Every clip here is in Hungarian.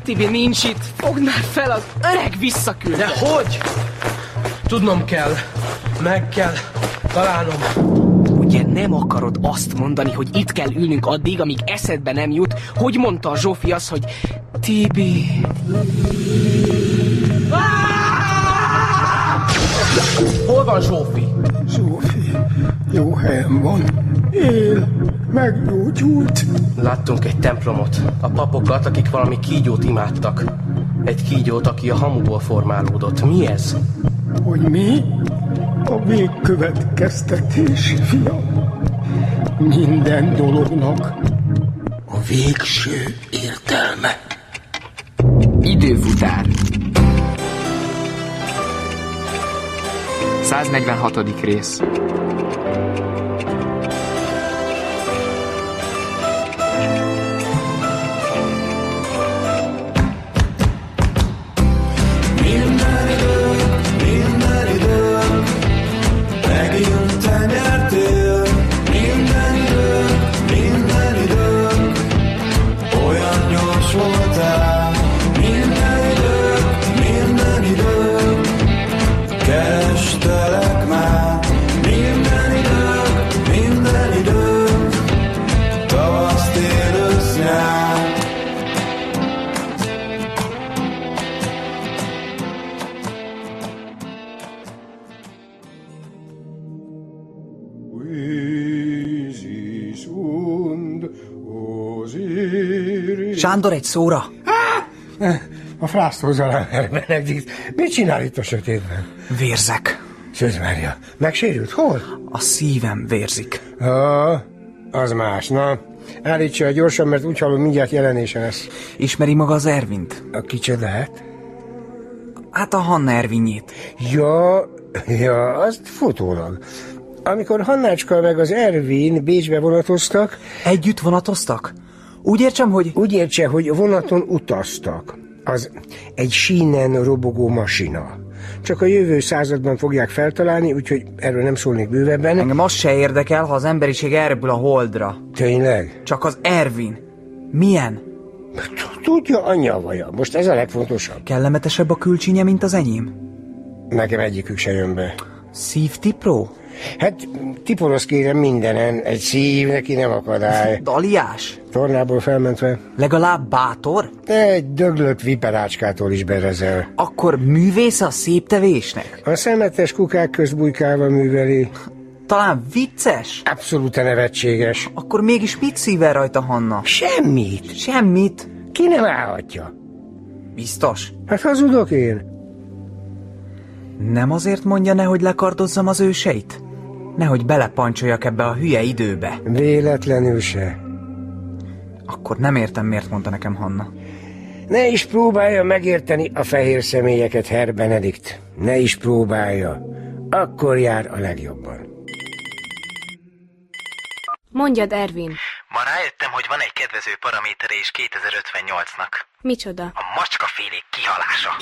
Tibi nincs itt. Fogd már fel, az öreg visszaküld. De hogy? Tudnom kell. Meg kell találnom. Ugye nem akarod azt mondani, hogy itt kell ülnünk addig, amíg eszedbe nem jut? Hogy mondta a Zsófi az, hogy Tibi... Hol van Zsófi? Zsófi jó helyen van. Él, meggyógyult. Láttunk egy templomot. A papokat, akik valami kígyót imádtak. Egy kígyót, aki a hamuból formálódott. Mi ez? Hogy mi? A végkövetkeztetés, fiam. Minden dolognak a végső értelme. Időfutár 146. rész. Sándor, egy szóra? A frászt hozza rá, Benedikt. Mit csinál itt a sötétben? Vérzek. Szűz Mária, megsérült? Hol? A szívem vérzik. Az más. Na, állítsa el gyorsan, mert úgy hallom, mindjárt jelenése lesz. Ismeri maga az Ervint? A kicsit lehet? Hát a Hanna Ervinjét. Ja, azt futólag. Amikor Hannácska meg az Ervin Bécsbe vonatoztak... Együtt vonatoztak? Úgy értsem, hogy... Úgy értse, hogy vonaton utaztak. Az egy sínen robogó masina. Csak a jövő században fogják feltalálni, úgyhogy erről nem szólnék bővebben. Engem az se érdekel, ha az emberiség elrepül a Holdra. Tényleg? Csak az Ervin. Milyen? Tudja, anyja vaja. Most ez a legfontosabb. Kellemetesebb a külcsínye, mint az enyém? Nekem egyikük se jön be. Szívtipró? Hát tiporoz kérem mindenen. Egy szív neki nem akadály. Daliás? Tornából felmentve. Legalább bátor? Egy döglött viperácskától is berezel. Akkor művész a szép tevésnek? A szemetes kukák közt bujkálva műveli. Talán vicces? Abszolút nevetséges. Akkor mégis mit szível rajta Hanna? Semmit. Semmit? Ki nem állhatja? Biztos? Hát hazudok én. Nem azért mondja, nehogy lekardozzam az őseit? Nehogy belepancsoljak ebbe a hülye időbe. Véletlenül se. Akkor nem értem, miért mondta nekem Hanna. Ne is próbálja megérteni a fehér személyeket, Herr Benedikt. Ne is próbálja. Akkor jár a legjobban. Mondjad, Ervin. Ma rájöttem, hogy van egy kedvező paramétere is 2058-nak. Micsoda? A macskafélék kihalása.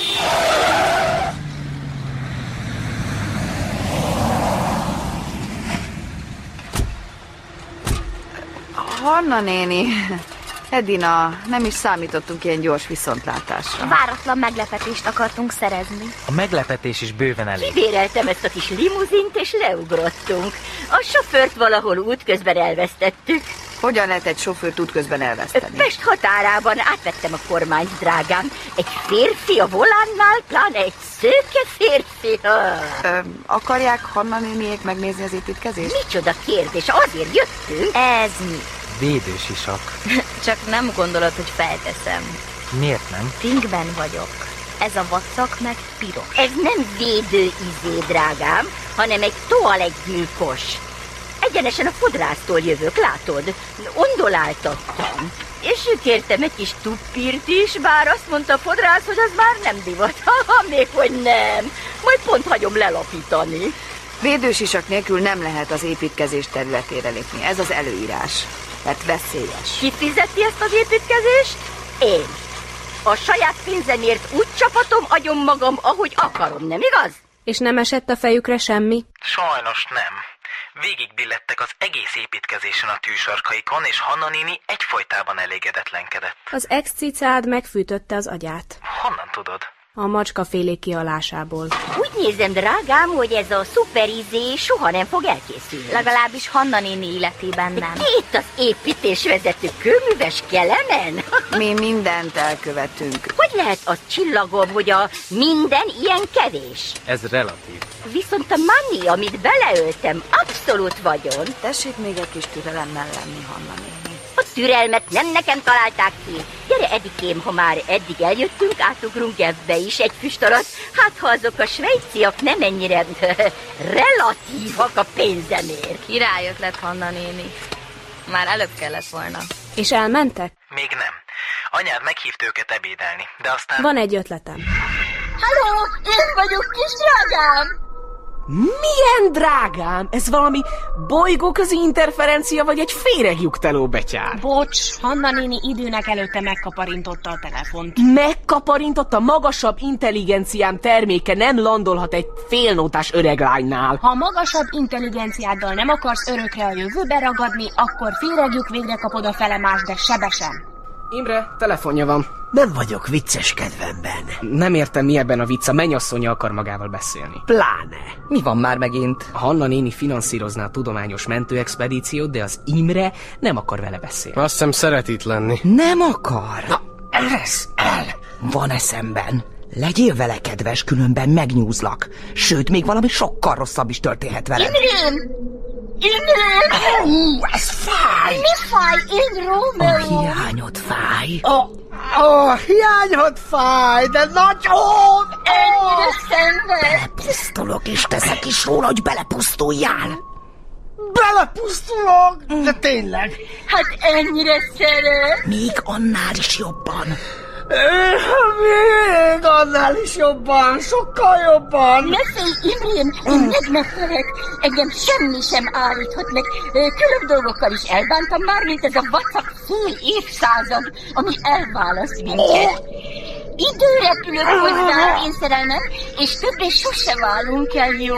Hanna néni, Edina, nem is számítottunk ilyen gyors viszontlátásra. Váratlan meglepetést akartunk szerezni. A meglepetés is bőven elég. Kibéreltem ezt a kis limuzint, és leugrottunk. A sofőrt valahol útközben elvesztettük. Hogyan lehet egy sofőrt útközben elveszteni? Pest határában átvettem a kormányt, drágám. Egy férfi a volánnál, pláne egy szőke férfi. Akarják Hanna néniék megnézni az építkezést? Micsoda kérdés, azért jöttünk. Ez mi? Védősisak. Csak nem gondolod, hogy felteszem. Miért nem? Pinkben vagyok. Ez a vacak meg piros. Ez nem védőizé, drágám, hanem egy toalettgyilkos. Egyenesen a fodrásztól jövök, látod? Ondoláltattam. És kértem egy kis tuppírt is, bár azt mondta a fodrász, hogy az már nem divat. Még hogy nem. Majd pont hagyom lelapítani. Védősisak nélkül nem lehet az építkezés területére lépni. Ez az előírás. Mert veszélyes. Ki fizeti ezt az építkezést? Én. A saját pénzemért úgy csapatom agyon magam, ahogy akarom, nem igaz? És nem esett a fejükre semmi? Sajnos nem. Végig dillettek az egész építkezésen a tűsarkaikon, és Hanna néni egyfolytában elégedetlenkedett. Az ex-cicád megfűtötte az agyát. Honnan tudod? A macskafélék kihalásából. Úgy nézem, drágám, hogy ez a szuperizé soha nem fog elkészülni. Legalábbis Hanna néni életében nem. Itt az építésvezető kőműves Kelemen? Mi mindent elkövetünk. Hogy lehet az csillagom, hogy a minden ilyen kevés? Ez relatív. Viszont a money, amit beleöltem, abszolút vagyon. Tessék még egy kis türelemmel lenni, Hanna néni. A türelmet nem nekem találták ki. Gyere, Edikém, ha már eddig eljöttünk, átugrunk ebbe is egy füst alatt. Hát, ha azok a svejciak nem ennyire relatívak a pénzemért. Királyötlet, Hanna néni. Már előbb kellett volna. És elmentek? Még nem. Anyád meghívta őket ebédelni, de aztán... Van egy ötletem. Halló, én vagyok, kis drágám! Milyen drágám? Ez valami bolygóközi interferencia, vagy egy féregjukteló betyár? Bocs, Hanna néni időnek előtte megkaparintotta a telefont. Megkaparintotta, magasabb intelligenciám terméke nem landolhat egy félnótás öreglánynál. Ha magasabb intelligenciáddal nem akarsz örökre a jövőbe ragadni, akkor féregjük végre kapod a felemás, de sebesen. Imre, telefonja van. Nem vagyok vicces kedvemben. Nem értem, mi ebben a vicc, a mennyasszonya akar magával beszélni. Pláne. Mi van már megint? Hanna néni finanszírozná a tudományos mentőexpedíciót, de az Imre nem akar vele beszélni. Azt hiszem szeret itt lenni. Nem akar? Na, eresz el! Van eszemben. Legyél vele kedves, különben megnyúzlak. Sőt, még valami sokkal rosszabb is történhet veled. Imrém! Imrém! Ez fáj! Mi fáj, én Rómeó? A hiányod fáj. A hiányod fáj, de nagyon! Ennyire szenved! Belepusztulok, és teszek is róla, hogy belepusztuljál. Belepusztulok? De tényleg? Hát ennyire szeret! Még annál is jobban. Még annál is jobban, sokkal jobban. Ne félj, Imrém, én meghalok. Engem semmi sem állíthat meg. Külön dolgokkal is elbántam már, mint ez a vacak fél évszázad, ami elválaszt minket. Időrepülök hozzá, én szerelmem, és többé sose válunk el, jó?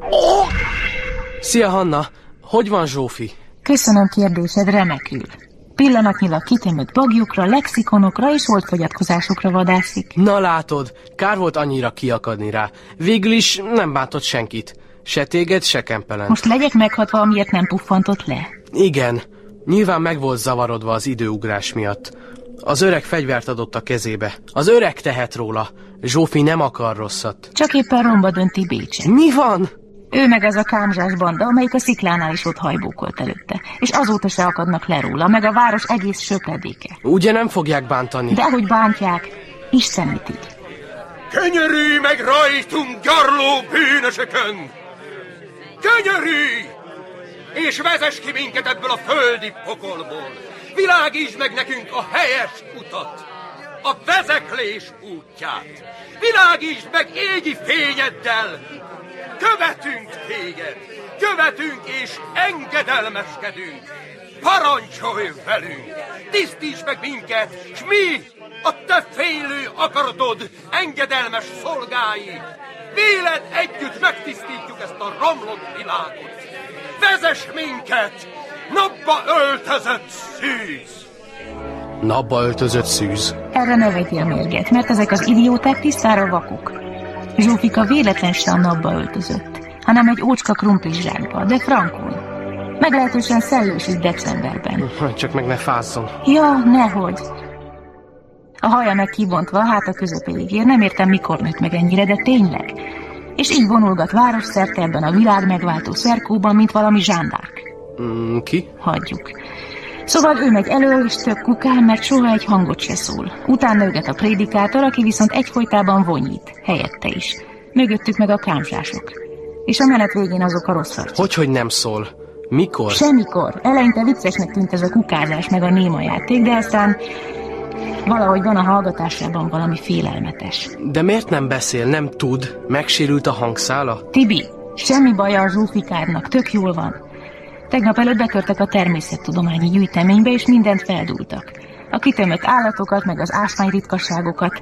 Szia, Hanna! Hogy van Zsófi? Köszönöm kérdésed, remekül. Pillanatnyilag kitömött bagyokra, lexikonokra és holdfogyatkozásokra vadászik. Na látod, kár volt annyira kiakadni rá. Végül is nem bántott senkit. Se téged, se Kempelen. Most legyek meghatva, amiért nem puffantott le? Igen, nyilván meg volt zavarodva az időugrás miatt. Az öreg fegyvert adott a kezébe. Az öreg tehet róla. Zsófi nem akar rosszat. Csak éppen romba dönti Bécset. Mi van? Ő meg az a kámzsás banda, amelyik a sziklánál is ott hajbókolt előtte. És azóta se akadnak le róla, meg a város egész söpredéke. Ugye nem fogják bántani? Dehogy bántják. Isten mit így. Könyörülj meg rajtunk, gyarló bűnösökön! Könyörülj! És vezess ki minket ebből a földi pokolból! Világítsd meg nekünk a helyes utat! A vezeklés útját! Világítsd meg égi fényeddel! Követünk téged! Követünk és engedelmeskedünk! Parancsolj velünk! Tisztíts meg minket, s mi, a te félő akaratod engedelmes szolgái! Véled együtt megtisztítjuk ezt a romlott világot! Vezess minket, napba öltözött szűz! Napba öltözött szűz? Erre ne vegyél mérget, mert ezek az idióták tisztára vakok. Zsófika véletlen se a napba öltözött, hanem egy ócska krumplis zsákba, de frankon. Meglehetősen szellős itt decemberben. Csak meg ne fázzon. Ja, nehogy. A haja meg kibontva, hát a közepéig ér, nem értem mikor nőtt meg ennyire, de tényleg. És így vonulgat városszerte ebben a világ megváltó szerkóban, mint valami zsándárk. Ki? Hagyjuk. Szóval ő megy elől, és tök kukál, mert soha egy hangot se szól. Utána őget a prédikátor, aki viszont egyfolytában vonyít, helyette is. Mögöttük meg a kámzsások. És a menet végén azok a rossz arcok. Hogy nem szól? Mikor? Semmikor. Eleinte viccesnek tűnt ez a kukázás, meg a néma játék, de aztán valahogy van a hallgatásában valami félelmetes. De miért nem beszél, nem tud? Megsérült a hangszála? Tibi, semmi baja a Zsófikádnak, tök jól van. Tegnap előtt betörtek a természettudományi gyűjteménybe, és mindent feldúltak. A kitömött állatokat, meg az ásványritkaságokat.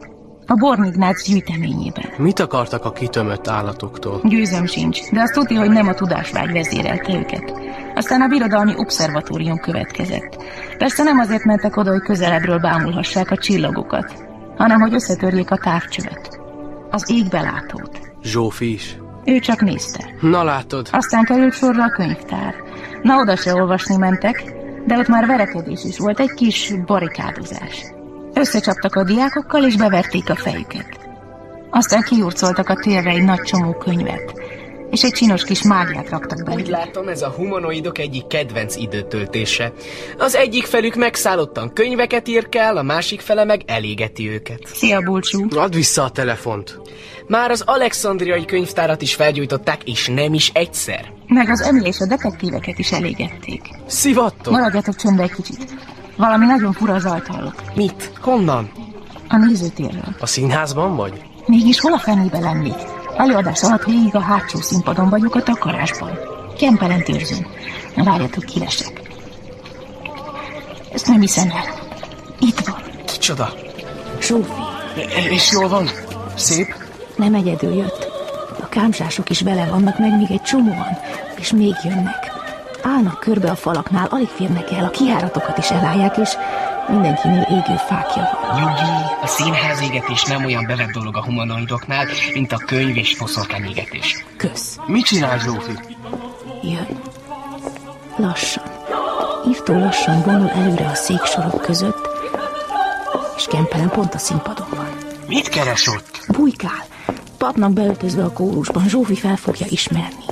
A Born-Ignác gyűjteményében. Mit akartak a kitömött állatoktól? Gőzöm sincs, de azt tudja, hogy nem a tudásvágy vezérelte őket. Aztán a birodalmi obszervatórium következett. Persze nem azért mentek oda, hogy közelebbről bámulhassák a csillagokat, hanem hogy összetörjék a távcsövet. Az égbelátót. Zsófi is? Ő csak nézte. Na látod. Aztán került sorra a könyvtár. Na, oda se olvasni mentek, de ott már verekedés is volt, egy kis barikádozás. Összecsaptak a diákokkal, és beverték a fejüket. Aztán kiurcoltak a térre egy nagy csomó könyvet, és egy csinos kis mágiát raktak belőle. Úgy látom, ez a humanoidok egyik kedvenc időtöltése. Az egyik felük megszállottan könyveket írkál, a másik fele meg elégeti őket. Szia, Bulcsú! Add vissza a telefont! Már az alexandriai könyvtárat is felgyújtották, és nem is egyszer. Meg az Emil és a detektíveket is elégették. Szivattok! Maradjatok csöndbe egy kicsit. Valami nagyon fura zajt hallok. Mit? Honnan? A nézőtérről. A színházban vagy? Mégis hol a fenébe lennék? Előadás alatt végig a hátsó színpadon vagyok, a takarásban. Kempelen törzsön. Na várjatok, kilesek. Ezt nem hiszem el. Itt van. Kicsoda? Zsófi. És jól van? Szép? Nem egyedül jött. A kámzsások is vele vannak, meg még egy csomóan. És még jönnek. Állnak körbe a falaknál, alig férnek el, a kiháratokat is elállják, és mindenkinél égő fákja van. Nyugi, a színházégetés nem olyan bevett dolog a humanoidoknál, mint a könyv és foszorkányégetés. Kösz. Mit csinál Zsófi? Jön. Lassan. Írtó lassan vonul előre a széksorok között, és Kempelen pont a színpadon van. Mit keres ott? Bujkál. Papnak beöltözve a kórusban, Zsófi fel fogja ismerni.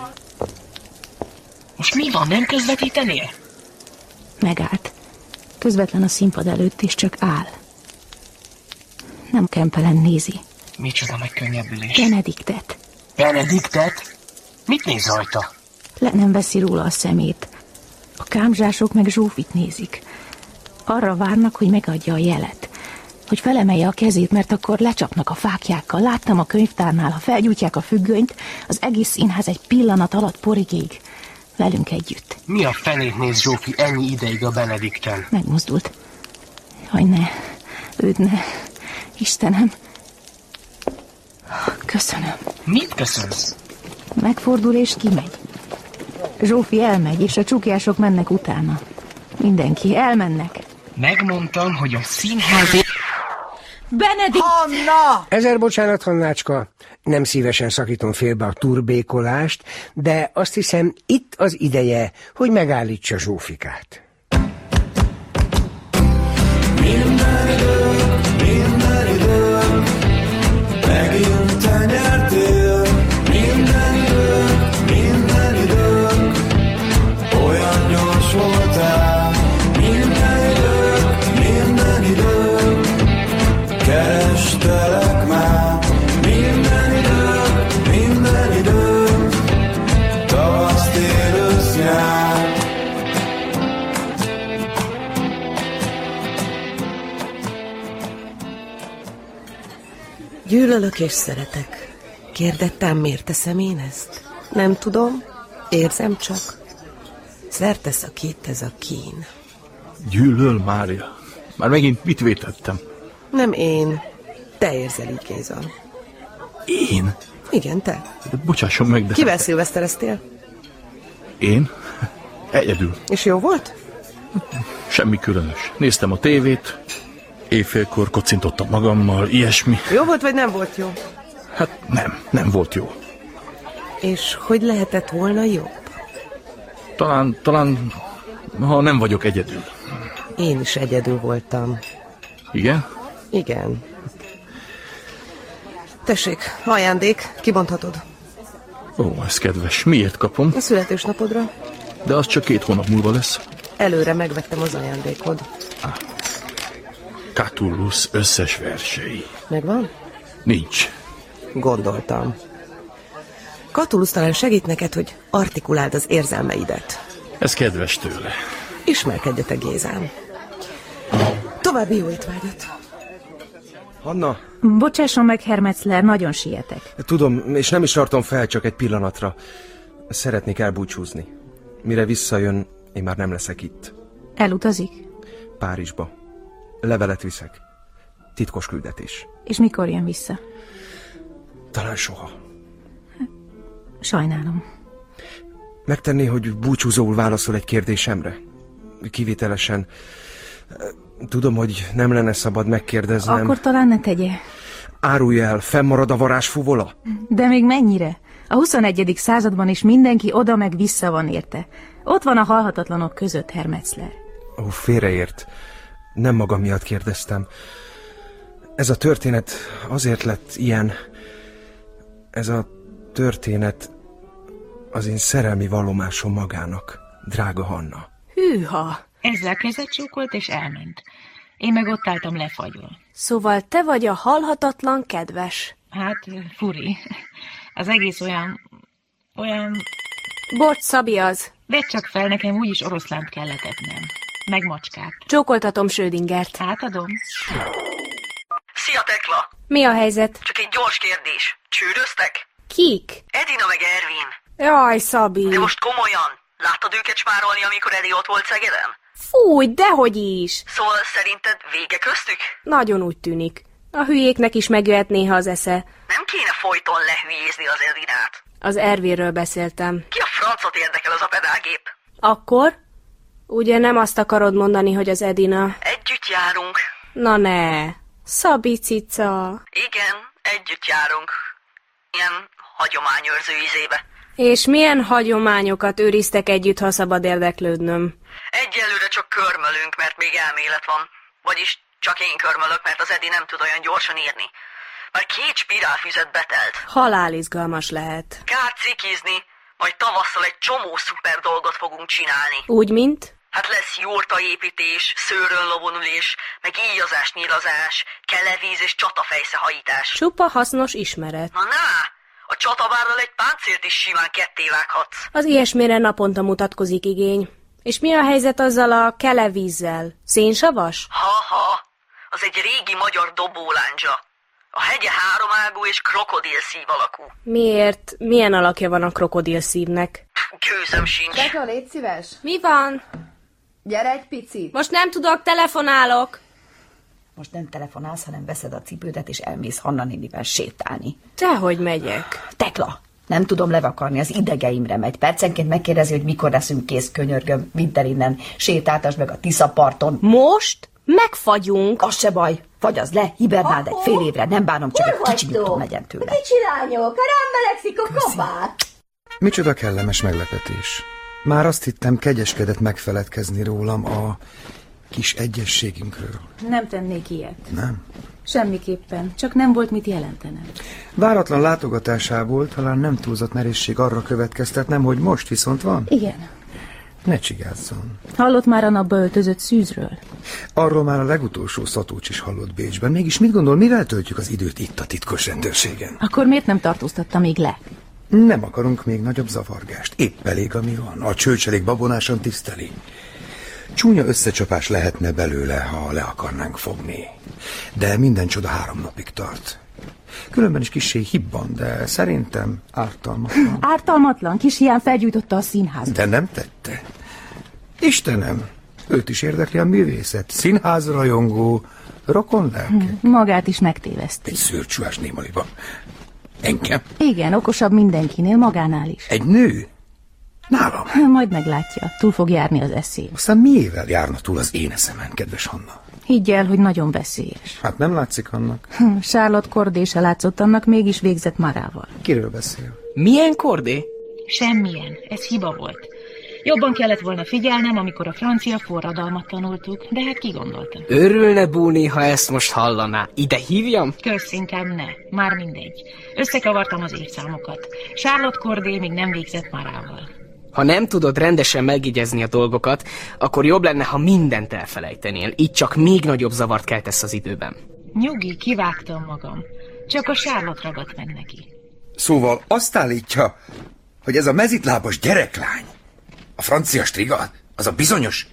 Most mi van, nem közvetítenél? Megállt. Közvetlen a színpad előtt, és csak áll. Nem Kempelen nézi. Micsoda megkönnyebbülés. Benediktet. Benediktet? Mit néz rajta? Le nem veszi róla a szemét. A kámzsások meg Zsófit nézik. Arra várnak, hogy megadja a jelet. Hogy felemelje a kezét, mert akkor lecsapnak a fáklyákkal. Láttam a könyvtárnál, ha felgyújtják a függönyt, az egész színház egy pillanat alatt porig ég. Velünk együtt. Mi a fenét néz Zsófi ennyi ideig a Benedikten? Megmozdult. Jaj, ne. Őd ne. Istenem. Köszönöm. Mit köszönsz? Megfordul és kimegy. Zsófi elmegy, és a csukjások mennek utána. Mindenki, elmennek. Megmondtam, hogy a színház... Benedikt! Hanna! Ezer bocsánat, Hannácska, nem szívesen szakítom félbe a turbékolást, de azt hiszem, itt az ideje, hogy megállítsa Zsófikát. Minden idő, megint te nyertél. Minden idő, olyan gyors voltál. Minden idő, kerestelek már. Minden idő, tavasz, tél, ősz, nyár. Gyűlölök és szeretek. Kérdettem, miért teszem én ezt? Nem tudom, érzem csak. Szertesz a két ez a kín. Gyűlöl, Mária? Már megint mit vétettem? Nem én. Te érzel így, Géza. Én? Igen, te. Bocsásson meg, de... Kivel szilvesztereztél? Én? Egyedül. És jó volt? Semmi különös. Néztem a tévét, éjfélkor kocintottam magammal, ilyesmi. Jó volt, vagy nem volt jó? Hát nem volt jó. És hogy lehetett volna jobb? Talán, ha nem vagyok egyedül. Én is egyedül voltam. Igen? Igen. Tessék, ajándék, kibonthatod. Ó, ez kedves. Miért kapom? A születésnapodra. De az csak 2 hónap múlva lesz. Előre megvettem az ajándékod. Catullus összes versei. Megvan? Nincs. Gondoltam. Catullus talán segít neked, hogy artikuláld az érzelmeidet. Ez kedves tőle. Ismerkedjetek Gézán. További jó étvágyat. Hanna? Bocsásson meg, Hermetzler, nagyon sietek. Tudom, és nem is tartom fel, csak egy pillanatra. Szeretnék elbúcsúzni. Mire visszajön, én már nem leszek itt. Elutazik? Párizsba. Levelet viszek. Titkos küldetés. És mikor jön vissza? Talán soha. Sajnálom. Megtenné, hogy búcsúzóul válaszol egy kérdésemre? Kivételesen. Tudom, hogy nem lenne szabad megkérdeznem. Akkor talán ne tegye. Árulj el, fennmarad a varázsfuvola? De még mennyire? A 21. században is mindenki oda meg vissza van érte. Ott van a halhatatlanok között, Herr Metzler. Ó, félreért. Nem magam miatt kérdeztem. Ez a történet azért lett ilyen. Ez a történet az én szerelmi vallomásom magának, drága Hanna. Hűha! Ezzel kezet csókolt és elment. Én meg ott álltam lefagyva. Szóval te vagy a halhatatlan kedves. Hát, furi. Az egész olyan... Bocs, Szabi az. Vedd csak fel, nekem úgyis oroszlánt kellett etnem. Meg macskát. Csókoltatom Schrödingert. Átadom. Szia, Tekla! Mi a helyzet? Csak egy gyors kérdés. Csődöztek? Kik? Edina meg Ervin. Jaj, Szabi. De most komolyan. Láttad őket spárolni, amikor Edi ott volt Szegeden? Fúj, dehogy is. Szóval szerinted vége köztük? Nagyon úgy tűnik. A hülyéknek is megjöhet néha az esze. Nem kéne folyton lehülyézni az Edinát. Az Ervinről beszéltem. Ki a francot érdekel az a pedálgép? Akkor? Ugye nem azt akarod mondani, hogy az Edina... Együtt járunk. Na ne, Szabi cica. Igen, együtt járunk. Ilyen hagyományőrző izébe. És milyen hagyományokat őriztek együtt, ha szabad érdeklődnöm? Egyelőre csak körmölünk, mert még elmélet van. Vagyis csak én körmölök, mert az Edi nem tud olyan gyorsan írni. Már 2 spirálfüzet betelt. Halálizgalmas lehet. Kár cikizni, majd tavasszal egy csomó szuper dolgot fogunk csinálni. Úgy, mint? Hát lesz jurtaépítés, szőrönlovonulés, meg íjazás, nyilazás, kelevíz és csatafejszehajítás. Csupa hasznos ismeret. Na, a csatabárral egy páncélt is simán ketté vághatsz. Az ilyesmére naponta mutatkozik igény. És mi a helyzet azzal a kelevízzel? Szénsavas? Ha, az egy régi magyar dobólándzsa. A hegye 3 ágú és krokodilszív alakú. Miért? Milyen alakja van a krokodilszívnek? Gőzöm sincs. Tekla, légy szíves. Mi van? Gyere egy picit. Most nem tudok, telefonálok. Most nem telefonálsz, hanem veszed a cipődet, és elmész Hanna nénivel sétálni. Dehogy megyek. Tekla, nem tudom levakarni, az idegeimre megy. Percenként megkérdezi, hogy mikor leszünk kész, könyörgöm, vidd el innen, sétáltasd meg a Tiszaparton. Most? Megfagyunk. Az se baj, fagyazd le, hibernáld egy fél évre, nem bánom, csak egy kicsi nyugtom legyen tőle. Kicsi lányok, rám melegszik a kabát. Micsoda kellemes meglepetés. Már azt hittem, kegyeskedett megfeledkezni rólam a kis egyességünkről. Nem tennék ilyet. Nem? Semmiképpen, csak nem volt mit jelentenem. Váratlan látogatásából talán nem túlzott merészség arra következtetnem, hogy most viszont van. Igen. Ne csigázzon. Hallott már a napba öltözött szűzről? Arról már a legutolsó Szatócs is hallott Bécsben. Mégis mit gondol, mivel töltjük az időt itt a titkos rendőrségen? Akkor miért nem tartóztatta még le? Nem akarunk még nagyobb zavargást. Épp elég, ami van. A csőcselék babonásan tiszteli. Csúnya összecsapás lehetne belőle, ha le akarnánk fogni. De minden csoda 3 napig tart. Különben is kissé hibban, de szerintem ártalmatlan. Ártalmatlan? Kis hián felgyújtotta a színházat. De nem tette. Istenem, őt is érdekli a művészet. Színházrajongó, rokon lelke. Magát is megtéveszti. Egy szőrcsúás némaliba. Engem? Igen, okosabb mindenkinél, magánál is. Egy nő? Nálam? Majd meglátja, túl fog járni az eszén. Aztán miével járna túl az én eszemen, kedves Hanna? Higgy el, hogy nagyon veszélyes. Hát nem látszik annak. Charlotte Corday se látszott annak, mégis végzett Marával. Kiről beszél? Milyen Corday? Semmilyen, ez hiba volt. Jobban kellett volna figyelnem, amikor a francia forradalmat tanultuk, de hát ki gondolta? Örülne Búni, ha ezt most hallaná. Ide hívjam? Kösz, inkább ne. Már mindegy. Összekavartam az évszámokat. Charlotte Corday még nem végzett Marával. Ha nem tudod rendesen megjegyezni a dolgokat, akkor jobb lenne, ha mindent elfelejtenél. Így csak még nagyobb zavart keltesz az időben. Nyugi, kivágtam magam. Csak a Charlotte ragadt meg neki. Szóval azt állítja, hogy ez a mezitlábas gyereklány, a francia striga, az a bizonyos,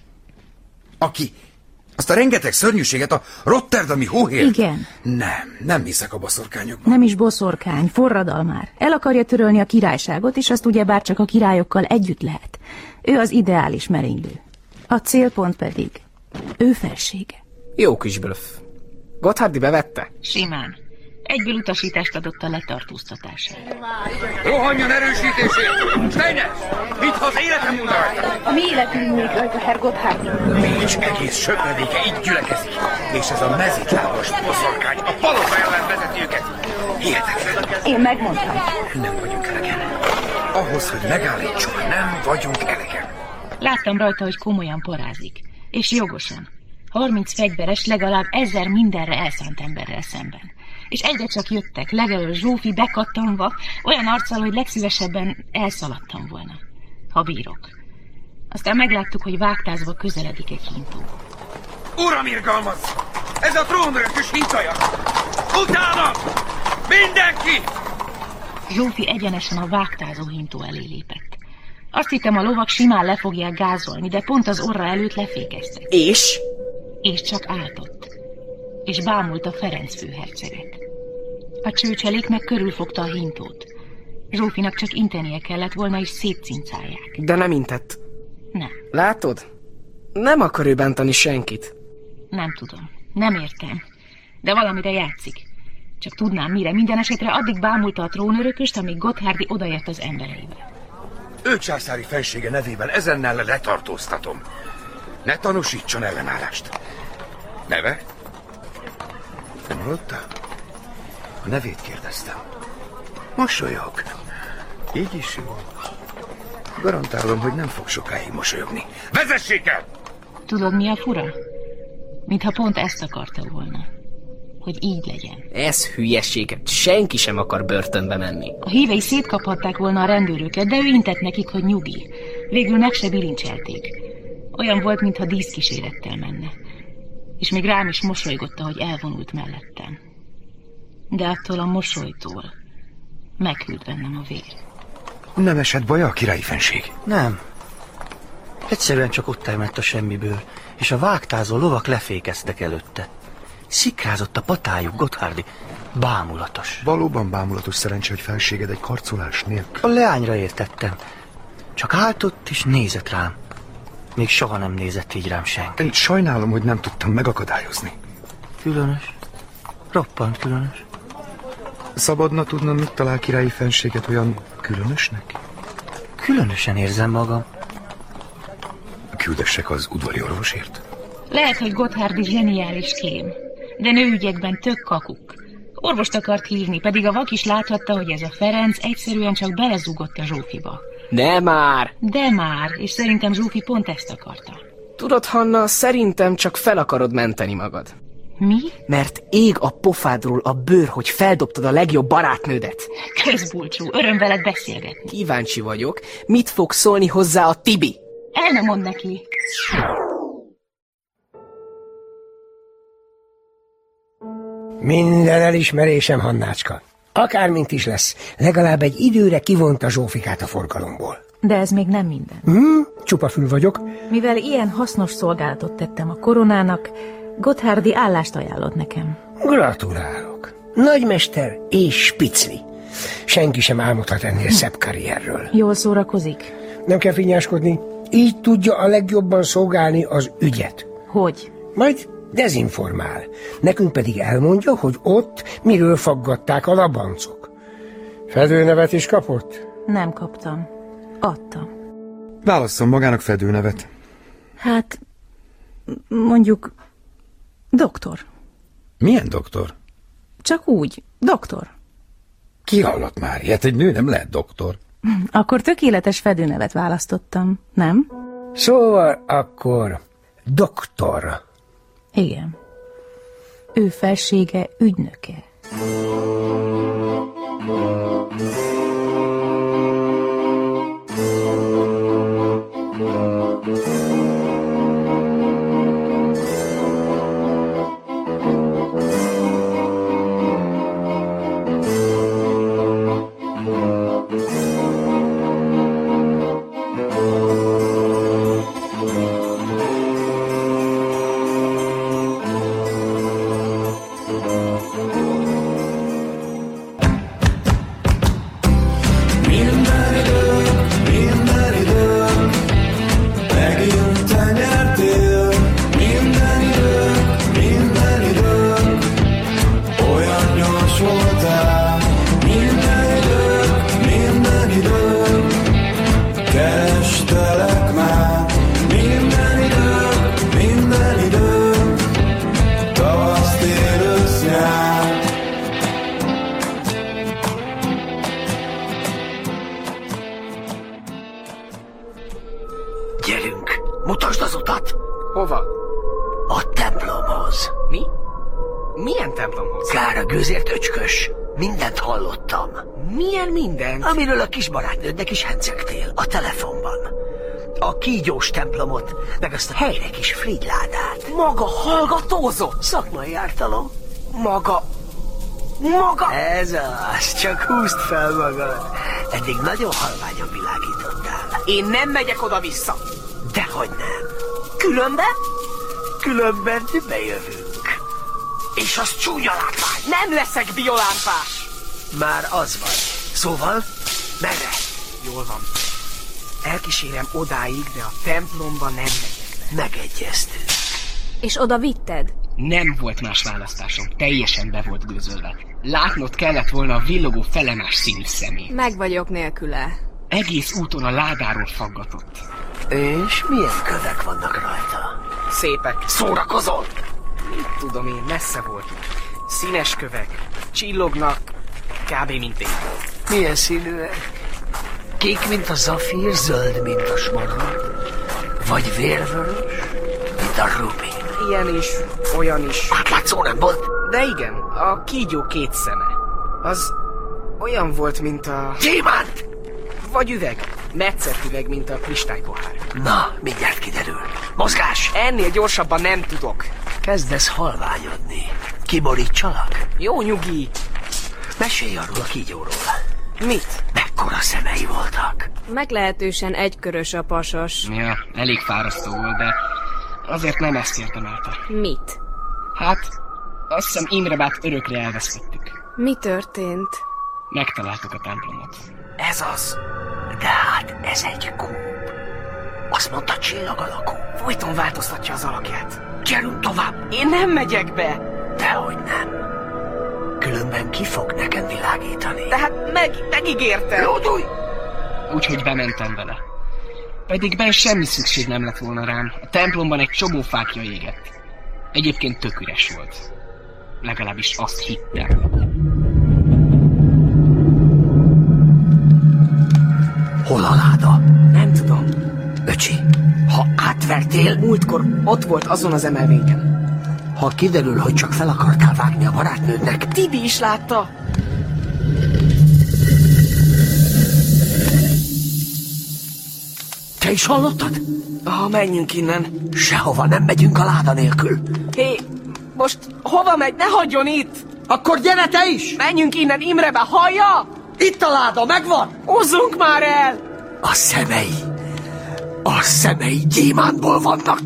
aki azt a rengeteg szörnyűséget, a rotterdami hóhér... Igen. Nem hiszek a boszorkányokban. Nem is boszorkány, forradalmár. El akarja törölni a királyságot, és azt ugyebár csak a királyokkal együtt lehet. Ő az ideális merénylő. A célpont pedig ő felsége. Jó kis blöff. Gothardi bevette? Simán. Egyből utasítást adott a letartóztatására. Rohanjon erősítését! Steiner! Vidd ha az életem múlik rajta! A mi életünk múlik rajta, Herr Gotthard. Nincs egész söpredéke így gyülekezik. És ez a mezitlábas boszorkány a palota ellen vezeti őket. Hihetetlen. Én megmondtam. Nem vagyunk elegen. Ahhoz, hogy megállítsuk, nem vagyunk elegen. Láttam rajta, hogy komolyan parázik. És jogosan. 30 fegyveres legalább 1000 mindenre elszánt emberrel szemben. És egyre csak jöttek, legelől Zsófi bekattanva, olyan arccal, hogy legszívesebben elszaladtam volna, ha bírok. Aztán megláttuk, hogy vágtázva közeledik egy hintó. Uram irgalmaz! Ez a trónörökös hintaja! Utána! Mindenki! Zsófi egyenesen a vágtázó hintó elé lépett. Azt hittem, a lovak simán le fogják gázolni, de pont az orra előtt lefékeztek. És? És csak áltott. És bámulta Ferenc főherceget. A csőcselék meg körülfogta a hintót. Zsófinak csak intenie kellett volna, és szétcincálják. De nem intett. Nem. Látod? Nem akar ő bántani senkit. Nem tudom. Nem értem. De valamire játszik. Csak tudnám mire. Minden esetre addig bámulta a trónörököst, amíg Gothardi odajött az embereivel. Ő császári fensége nevében ezennel letartóztatom. Ne tanúsítson ellenállást. Neve? Nem hallotta? A nevét kérdeztem. Mosolyog. Így is jó. Garantálom, hogy nem fog sokáig mosolyogni. Vezessék el! Tudod, mi a fura? Mintha pont ezt akarta volna. Hogy így legyen. Ez hülyeséget. Senki sem akar börtönbe menni. A hívei szétkaphatták volna a rendőröket, de ő intett nekik, hogy nyugi. Végül meg se bilincselték. Olyan volt, mintha díszkísérettel menne. És még rám is mosolygott, ahogy elvonult mellettem. De attól a mosolytól meghűlt bennem a vér. Nem esett baja a királyi fenség? Nem. Egyszerűen csak ott termett a semmiből, és a vágtázó lovak lefékeztek előtte. Szikrázott a patájuk, Gothardi. Bámulatos. Valóban bámulatos, szerencsé, hogy felséged egy karcolás nélkül. A leányra értettem. Csak áltott és nézett rám. Még soha nem nézett így rám senki. Én sajnálom, hogy nem tudtam megakadályozni. Különös. Roppant különös. Szabadna tudnom, mit talál királyi fenséget olyan különösnek? Különösen érzem magam. Küldessek az udvari orvosért? Lehet, hogy Gothardi zseniális kém, de nőügyekben tök kakuk. Orvost akart hívni, pedig a vak is láthatta, hogy ez a Ferenc egyszerűen csak belezúgott a Zsófiba. De már! De már, és szerintem Zsófi pont ezt akarta. Tudod, Hanna, szerintem csak fel akarod menteni magad. Mi? Mert ég a pofádról a bőr, hogy feldobtad a legjobb barátnődet. Közbulcsú, öröm veled beszélgetni. Kíváncsi vagyok, mit fog szólni hozzá a Tibi? El nem mond neki. Minden elismerésem, Hannácska. Akármint is lesz, legalább egy időre kivonta Zsófikát a forgalomból. De ez még nem minden. Csupa fül vagyok. Mivel ilyen hasznos szolgálatot tettem a koronának, Gothardi állást ajánlott nekem. Gratulálok. Nagymester és spicli. Senki sem álmodhat ennél szebb karrierről. Jól szórakozik? Nem kell finnyáskodni. Így tudja a legjobban szolgálni az ügyet. Hogy? Majd dezinformál. Nekünk pedig elmondja, hogy ott miről faggatták a labancok. Fedőnevet is kapott? Nem kaptam. Adtam. Válasszon magának fedőnevet. Hát, mondjuk, doktor. Milyen doktor? Csak úgy, doktor. Ki hallott már ilyet? Egy nő nem lehet doktor. Akkor tökéletes fedőnevet választottam, nem? Szóval akkor doktor. Igen. Ő felsége ügynöke. Hova? A templomhoz. Mi? Milyen templomhoz? Kár a gőzért, öcskös. Mindent hallottam. Milyen mindent? Amiről a kis barátnődnek is hencegtél, a telefonban. A kígyós templomot, meg azt a helyre kis frigyládát. Maga hallgatózott? Szakmai ártalom. Maga... Ez az, csak húzd fel magad. Eddig nagyon halványan világítottál. Én nem megyek oda-vissza. Dehogy nem. Különben bejövünk. És az csúnya látvány. Nem leszek biolámpás. Már az vagy. Szóval, merre? Jól van. Elkísérem odáig, de a templomba nem megyek be. Megegyeztünk. És oda vitted? Nem volt más választásom. Teljesen be volt gőzölve. Látnod kellett volna a villogó felemás színű szemét. Meg vagyok nélküle. Egész úton a ládáról faggatott. És milyen kövek vannak rajta? Szépek. Szórakozol? Mit tudom én, messze volt. Színes kövek. Csillognak. Kb. Mint én. Milyen színűek? Kék, mint a zafír, zöld, mint a smaragd? Vagy vérvörös, mint a rubin? Ilyen is, olyan is. Átlátszó nem volt? De igen, a kígyó két szeme. Az olyan volt, mint a... Gyémánt! Vagy üveg. Metszett üveg, mint a kristálypohár. Na, mindjárt kiderül. Mozgás! Ennél gyorsabban nem tudok. Kezdesz halványodni. Kiborítsalak? Jó nyugi. Mesélj arról a kígyóról. Mit? Mekkora szemei voltak? Meglehetősen egykörös a pasas. Ja, elég fárasztó volt, de azért nem ezt érdemelte. Mit? Hát, azt hiszem Imrebát örökre elvesztettük. Mi történt? Megtaláltuk a templomot. Ez az. De hát ez egy kúp. Azt mondta, csillag alakú. Folyton változtatja az alakját. Gyerünk tovább. Én nem megyek be. Dehogy nem. Különben ki fog nekem világítani? De hát megígértem. Lódulj! Úgyhogy bementem vele. Pedig benn semmi szükség nem lett volna rám. A templomban egy csomó fákja égett. Egyébként tök üres volt. Legalábbis azt hittem. Hol a láda? Nem tudom. Öcsi, ha átvertél... Múltkor ott volt azon az emelvényen. Ha kiderül, hogy csak fel akartál vágni a barátnődnek... Tibi is látta. Te is hallottad? Menjünk innen. Sehova nem megyünk a láda nélkül. Hé, most hova megy? Ne hagyjon itt! Akkor gyere te is! Menjünk innen, Imrebe, hallja? Itt a láda, megvan! Hozzunk már el! A szemei gyémántból vannak.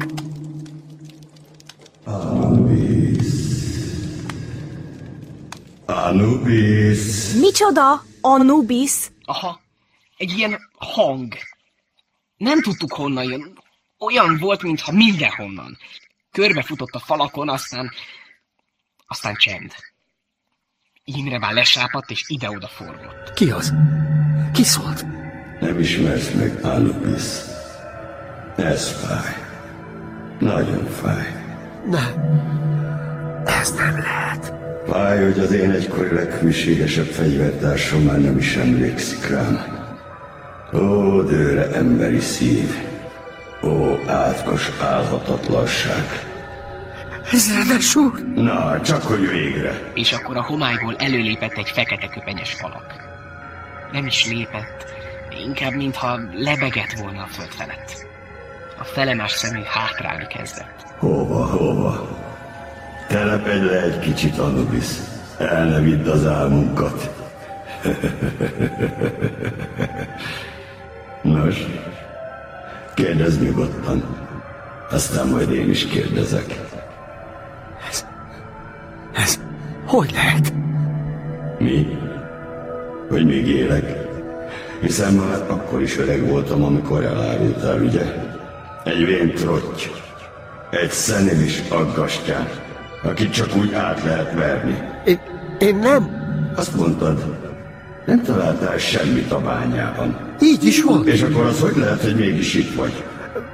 Anubis. Micsoda? Anubis? Aha, egy ilyen hang. Nem tudtuk honnan jön. Olyan volt, mintha mindenhonnan. Körbefutott a falakon, aztán csend. Imre lesápadt és ide-oda forgott. Ki az? Ki szólt? Nem ismersz meg, Anubis. Ez fáj. Nagyon fáj. Nem. Ez nem lehet. Fáj, hogy az én egykori leghűségesebb fegyvertársam már nem is emlékszik rám. Ó, dőre emberi szív. Ó, átkos álhatatlanság. Ez ráadásul? Na, csak hogy végre. És akkor a homályból előlépett egy fekete köpenyes falak. Nem is lépett, inkább mintha lebegett volna a föld felett. A felemás szemű hátrálni kezdett. Hova? Telepedj le egy kicsit, Anubis. El ne vidd az álmunkat. Nos, kérdezz nyugodtan. Aztán majd én is kérdezek. Ez hogy lehet? Mi? Hogy még élek? Hiszen már akkor is öreg voltam, amikor elárultál, ugye? Egy vén trotty. Egy szenilis aggastyán, akit csak úgy át lehet verni. Én nem. Azt mondtad, nem találtál semmit a bányában. Így is volt. És akkor az hogy lehet, hogy mégis itt vagy?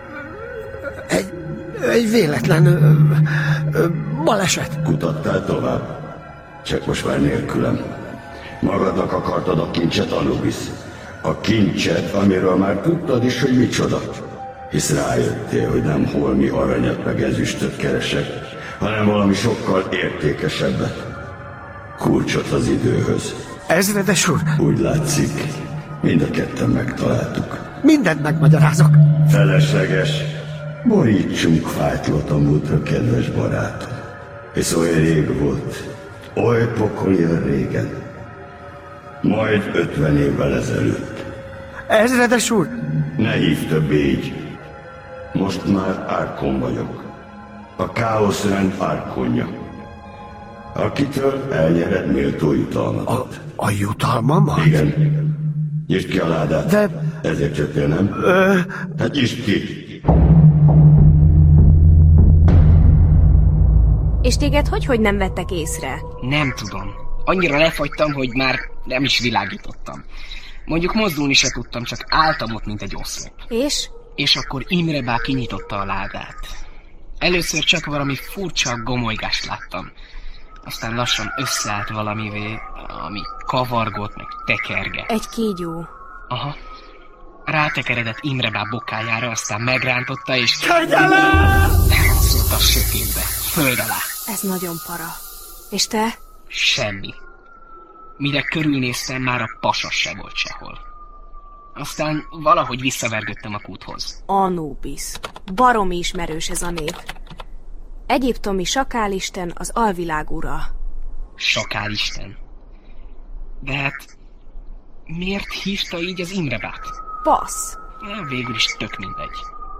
Egy véletlen baleset. Kutattál tovább? Csak most már nélkülem. Magadnak akartad a kincset, Anubis. A kincset, amiről már tudtad is, hogy micsoda. hisz rájöttél, hogy nem holmi aranyat meg ezüstöt keresek, hanem valami sokkal értékesebbet. Kulcsot az időhöz. Ezredes úr! Úgy látszik, mind a ketten megtaláltuk. Mindent megmagyarázok. Felesleges. Borítsunk fájtlat a múltra, kedves barátom. Hisz oly rég volt, oly pokolian régen. Majd 50 évvel ezelőtt. Ezredes úr! Ne hívd többé így. Most már Árkon vagyok. A káoszrend árkonja. Akitől elnyered méltó jutalmat. A jutalmamat? Igen. Nyisd ki a ládát. De... Ezért jöttél, nem? Hát nyisd ki. És téged hogy nem vettek észre? Nem tudom. Annyira lefagytam, hogy már nem is világítottam. Mondjuk mozdulni se tudtam, csak álltam ott, mint egy oszlop. És? És akkor Imre bá kinyitotta a ládát. Először csak valami furcsa gomolygást láttam. Aztán lassan összeállt valamivé, ami kavargott, meg tekergett. Egy kígyó. Aha. Rátekeredett Imre bá bokájára, aztán megrántotta, és... Kegyelem! Elhúzott a sötétbe, föld alá. Ez nagyon para. És te? Semmi. Mire körülnéztem, már a pasas se volt sehol. Aztán valahogy visszavergődtem a kúthoz. Anubis. Baromi ismerős ez a név. Egyiptomi sakálisten, az alvilág ura. Sakálisten? De hát... miért hívta így az Imrebát? Passz. Végül is tök mindegy.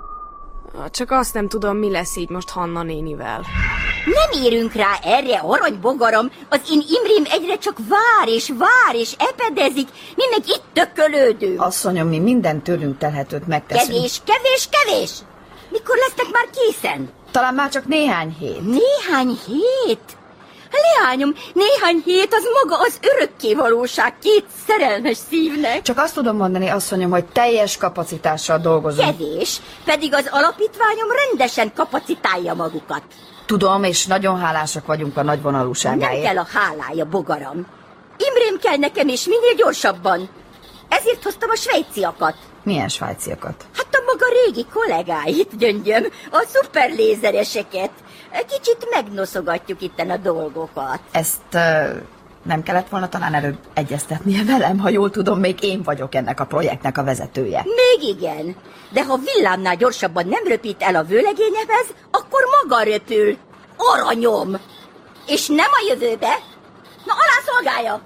Csak azt nem tudom, mi lesz így most Hanna nénivel. Nem érünk rá erre, aranybogaram. Az én Imrém egyre csak vár és epedezik, mi meg itt tökölődünk. Asszonyom, mi minden tőlünk telhetőt megteszünk. Kevés! Mikor lesznek már készen? Talán már csak néhány hét. Néhány hét? Leányom, néhány hét az maga az örökké valóság két szerelmes szívnek. Csak azt tudom mondani, asszonyom, hogy teljes kapacitással dolgozunk. Kevés, pedig az alapítványom rendesen kapacitálja magukat. Tudom, és nagyon hálásak vagyunk a nagyvonalúságáért. Nem kell a hálája, bogaram. Imrém kell nekem, és minél gyorsabban. Ezért hoztam a svájciakat. Milyen svájciakat? Hát a maga régi kollégáit, gyöngyöm, a szuperlézereseket. Kicsit megnoszogatjuk itten a dolgokat. Ezt nem kellett volna talán előbb egyeztetnie velem, ha jól tudom, még én vagyok ennek a projektnek a vezetője. Még igen, de ha villámnál gyorsabban nem röpít el a vőlegényemhez, akkor maga röpül. Aranyom! És nem a jövőbe. Na, alá szolgálja!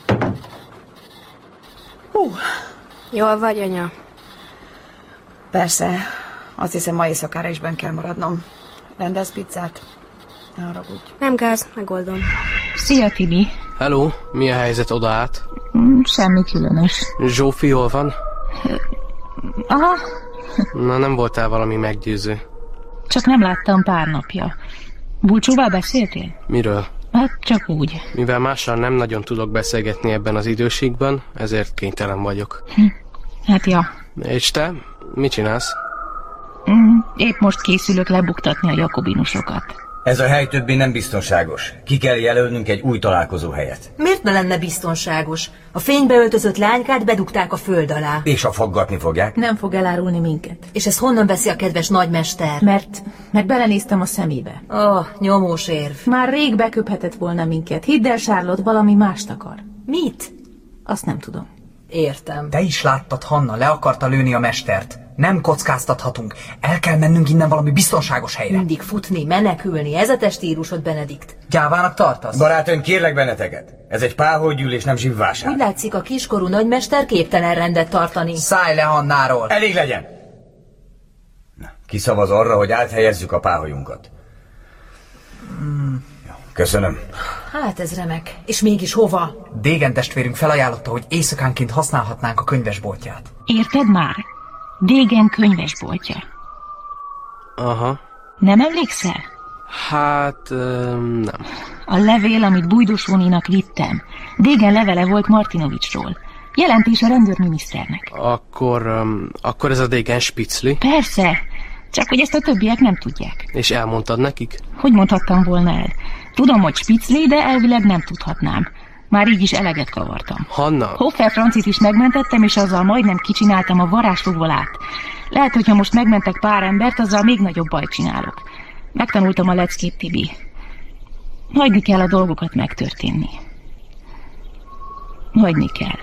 Jól vagy, anya? Persze, azt hiszem, ma éjszakára is benn kell maradnom. Rendelsz pizzát? Ne haragudj. Nem gáz, megoldom. Szia, Tibi. Hello, mi a helyzet oda át? Semmi különös. Zsófi jól van? Aha. Na, nem voltál valami meggyőző. Csak nem láttam pár napja. Bulcsóval beszéltél? Miről? Hát csak úgy. Mivel mással nem nagyon tudok beszélgetni ebben az időségben, ezért kénytelen vagyok. Hát ja. És te? Mit csinálsz? Épp most készülök lebuktatni a jakobinusokat. Ez a hely többé nem biztonságos. Ki kell jelölnünk egy új találkozó helyet. Miért ne lenne biztonságos? A fénybe öltözött lánykát bedugták a föld alá. És ha faggatni fogják? Nem fog elárulni minket. És ezt honnan veszi a kedves nagymester? Mert belenéztem a szemébe. Nyomós érv. Már rég beköphetett volna minket. Hidd el, Charlotte, valami mást akar. Mit? Azt nem tudom. Értem. Te is láttad, Hanna, le akarta lőni a mestert. Nem kockáztathatunk. El kell mennünk innen valami biztonságos helyre. Mindig futni, menekülni, ez a te stílusod, Benedikt. Gyávának tartasz? Barátaim, kérlek benneteket. Ez egy páholygyűlés, nem zsibvásár. Úgy látszik, a kiskorú nagymester képtelen rendet tartani. Szállj le Hannáról! Elég legyen! Kiszavaz arra, hogy áthelyezzük a páholyunkat. Köszönöm. Hát ez remek. És mégis hova? Dégen testvérünk felajánlotta, hogy éjszakánként használhatnánk a könyvesboltját. Érted már? Dégen könyvesboltja. Aha. Nem emlékszel? Hát, nem. A levél, amit Bújdosóninak vittem. Dégen levele volt Martinovicsról. Jelentés a rendőrminiszternek. Akkor ez a Dégen Spitzli? Persze, csak hogy ezt a többiek nem tudják. És elmondtad nekik? Hogy mondhattam volna el? Tudom, hogy Spitzli, de elvileg nem tudhatnám. Már így is eleget kavartam. Hanna? Hoffer Francit is megmentettem, és azzal majdnem kicsináltam a varázslóvolát. Lehet, hogyha most megmentek pár embert, azzal még nagyobb bajt csinálok. Megtanultam a leckét, Tibi. Hagyni kell a dolgokat megtörténni. Hagyni kell.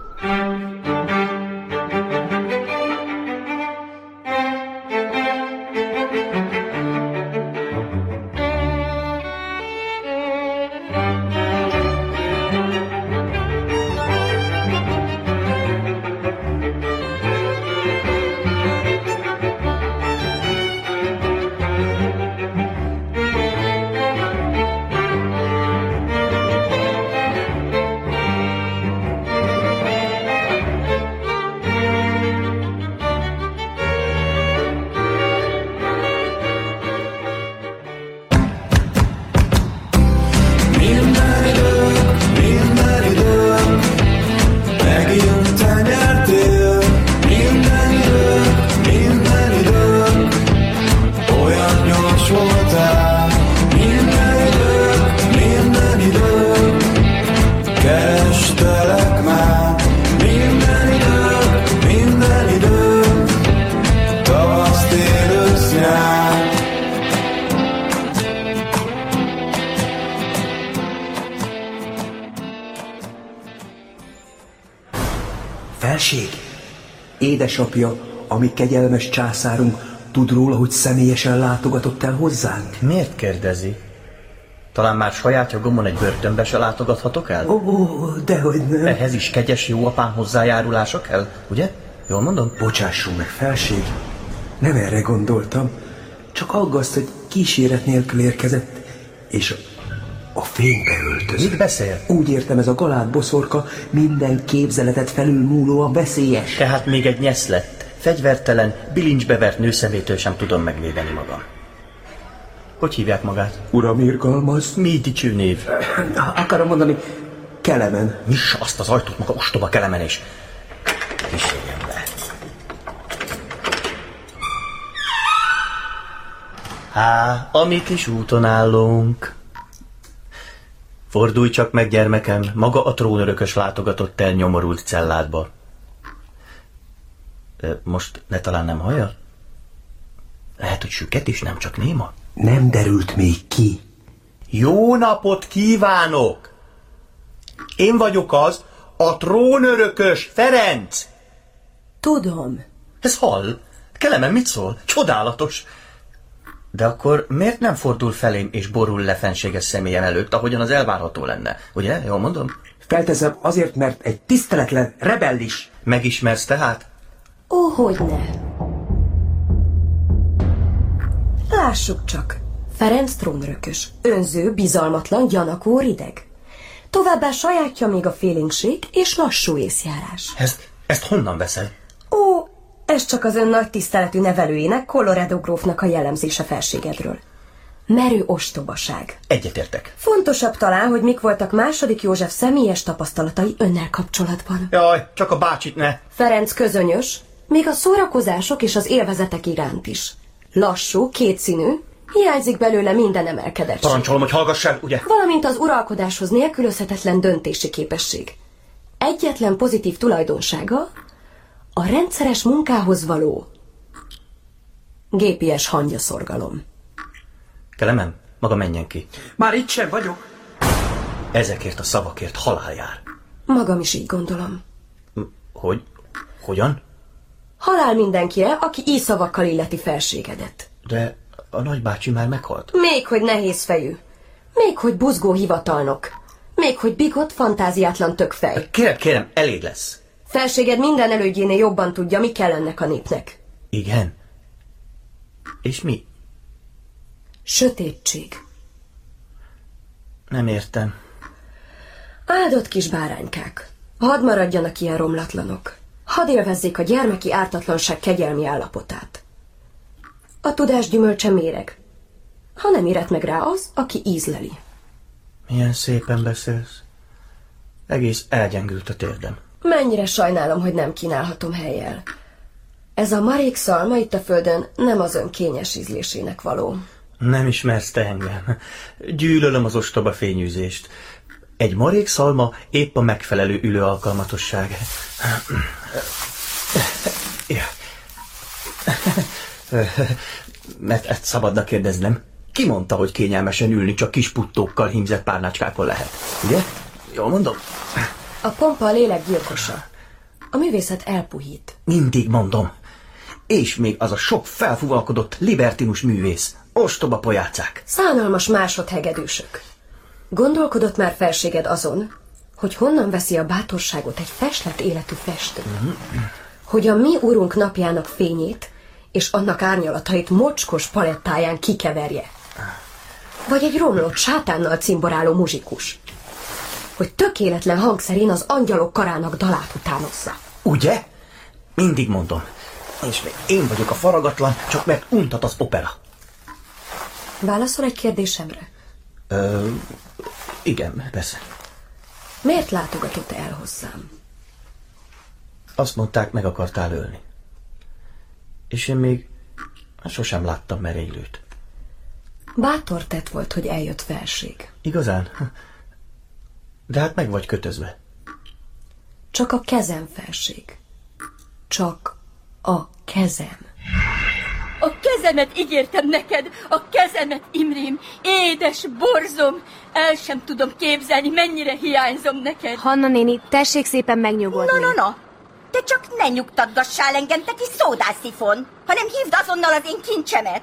Felség, édesapja, a mi kegyelmes császárunk tud róla, hogy személyesen látogatott el hozzánk? Miért kérdezi? Talán már sajátja gomon egy börtönbe se látogathatok el? Ó, dehogy nem. Ehhez is kegyes jó apám hozzájárulása kell, ugye? Jól mondom? Bocsássunk meg, felség. Nem erre gondoltam. Csak aggaszt, hogy kíséret nélkül érkezett, és a fénybe öltözött. Mit beszél? Úgy értem, ez a galát boszorka minden képzeletet felülmúlóan veszélyes. Tehát még egy nyesz lett. Fegyvertelen, bilincsbe vert nőszemétől sem tudom megvédeni magam. Hogy hívják magát? Uram, irgalmaz. Mi dicső név? Akarom mondani, Kelemen. Nyissa azt az ajtót, maga ostoba Kelemenés. Kísérjem le. Há, a mi kis úton állunk. Fordulj csak meg, gyermekem, maga a trónörökös látogatott el nyomorult celládba. Most ne talán nem hallja? Lehet, hogy süket is, nem csak néma? Nem derült még ki. Jó napot kívánok! Én vagyok az, a trónörökös Ferenc! Tudom. Ez hall? Kelemen mit szól? Csodálatos! De akkor miért nem fordul felém és borul le fenséges személyem előtt, ahogyan az elvárható lenne? Ugye? Jól mondom? Felteszem azért, mert egy tiszteletlen rebellis. Megismersz tehát? Ó, hogyne. Lássuk csak. Ferenc trónörökös. Önző, bizalmatlan, gyanakó, rideg. Továbbá sajátja még a félénkség és lassú észjárás. Ezt honnan veszed? Ó, ez csak az ön nagy tiszteletű nevelőjének, Colorado grófnak a jellemzése felségedről. Merő ostobaság. Egyetértek. Fontosabb talán, hogy mik voltak II. József személyes tapasztalatai önnel kapcsolatban. Jaj, csak a bácsit ne. Ferenc közönyös, még a szórakozások és az élvezetek iránt is. Lassú, kétszínű, hiányzik belőle minden emelkedettség. Parancsolom, hogy hallgass el, ugye? Valamint az uralkodáshoz nélkülözhetetlen döntési képesség. Egyetlen pozitív tulajdonsága a rendszeres munkához való gépies hangyaszorgalom. Kelemen, maga menjen ki. Már itt sem vagyok. Ezekért a szavakért halál jár. Magam is így gondolom. Hogy? Hogyan? Halál mindenkire, aki így szavakkal illeti felségedet. De a nagybácsi már meghalt. Még hogy nehéz fejű. Még hogy buzgó hivatalnok. Még hogy bigott, fantáziátlan tökfej. Kérem, elég lesz. Felséged minden elődjénél jobban tudja, mi kell ennek a népnek. Igen? És mi? Sötétség. Nem értem. Áldott kis báránykák. Hadd maradjanak ilyen romlatlanok. Hadd élvezzék a gyermeki ártatlanság kegyelmi állapotát. A tudás gyümölcse méreg. Ha nem éret meg rá az, aki ízleli. Milyen szépen beszélsz. Egész elgyengült a térdem. Mennyire sajnálom, hogy nem kínálhatom helyjel. Ez a marék szalma itt a földön nem az ön kényes ízlésének való. Nem ismersz te engem. Gyűlölöm az ostoba fényűzést. Egy marék szalma épp a megfelelő ülő alkalmatosság. Mert ezt szabadna kérdeznem. Ki mondta, hogy kényelmesen ülni csak kis puttókkal hímzett párnácskákon lehet? Ugye? Jól mondom? A pompa a lélek gyilkosa. A művészet elpuhít. Mindig mondom. És még az a sok felfuvalkodott libertinus művész. Ostoba pojácák. Szánalmas másodhegedűsök. Gondolkodott már felséged azon, hogy honnan veszi a bátorságot egy festlet életű festő? Hogy a mi urunk napjának fényét és annak árnyalatait mocskos palettáján kikeverje? Vagy egy romlott sátánnal cimboráló muzsikus? Hogy tökéletlen hangszerén az angyalok karának dalát utánozza? Ugye? Mindig mondom. És még én vagyok a faragatlan, csak mert untat az opera. Válaszol egy kérdésemre? Igen, persze. Miért látogatott el hozzám? Azt mondták, meg akartál ölni. És én még sosem láttam merénylőt. Bátor tett volt, hogy eljött felség. Igazán? De hát meg vagy kötözve. Csak a kezem, felség. Csak a kezem. A kezemet ígértem neked, a kezemet, Imrém, édes borzom. El sem tudom képzelni, mennyire hiányzom neked. Hanna néni, tessék szépen megnyugodni. Na. Te csak ne nyugtatgassál engem, te kis szódászifon, hanem hívd azonnal az én kincsemet.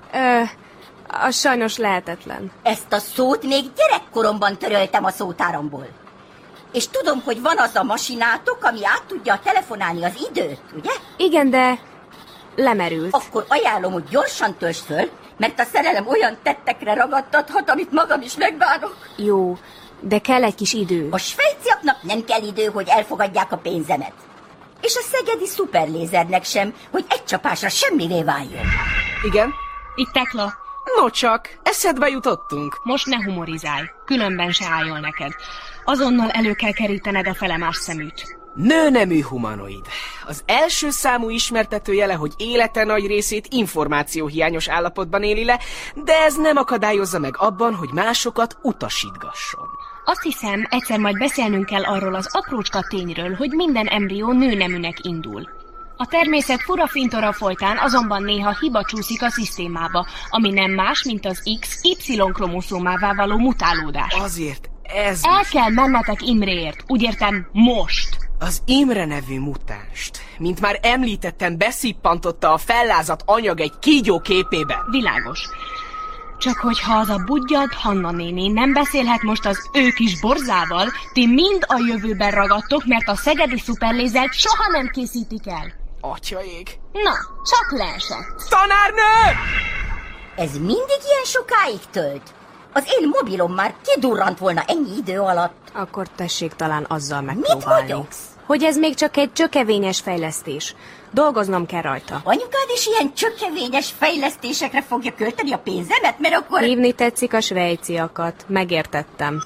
Az sajnos lehetetlen. Ezt a szót még gyerekkoromban töröltem a szótáramból. És tudom, hogy van az a masinátok, ami át tudja telefonálni az időt, ugye? Igen, de lemerült. Akkor ajánlom, hogy gyorsan töltsd föl, mert a szerelem olyan tettekre ragadtathat, amit magam is megbánok. Jó, de kell egy kis idő. A svejciaknak nem kell idő, hogy elfogadják a pénzemet. És a szegedi szuperlézernek sem, hogy egy csapásra semmivé váljon. Igen? Itt Tekla. No csak, eszedbe jutottunk. Most ne humorizálj, különben se álljon neked. Azonnal elő kell kerítened a felemás szeműt. Nőnemű humanoid. Az első számú ismertető jele, hogy élete nagy részét információhiányos állapotban éli le, de ez nem akadályozza meg abban, hogy másokat utasítgasson. Azt hiszem, egyszer majd beszélnünk kell arról az aprócska tényről, hogy minden embrió nőneműnek indul. A természet fura fintora folytán azonban néha hiba csúszik a szisztémába, ami nem más, mint az XY-kromoszómává való mutálódás. Azért ez... El kell mennetek Imréért, úgy értem most. Az Imre nevű mutánst, mint már említettem, beszippantotta a fellázadt anyag egy kígyó képébe. Világos. Csak hogyha az a budjad Hanna néni nem beszélhet most az ő kis borzával, ti mind a jövőben ragadtok, mert a szegedi szuperlézert soha nem készítik el. Atyaég. Na, csak leesett. Tanárnő! Ez mindig ilyen sokáig tölt? Az én mobilom már kidurrant volna ennyi idő alatt. Akkor tessék talán azzal megpróbálni. Mit vagyoksz? Hogy ez még csak egy csökevényes fejlesztés. Dolgoznom kell rajta. Anyukád is ilyen csökevényes fejlesztésekre fogja költeni a pénzemet, mert akkor... Hívni tetszik a svejciakat. Megértettem.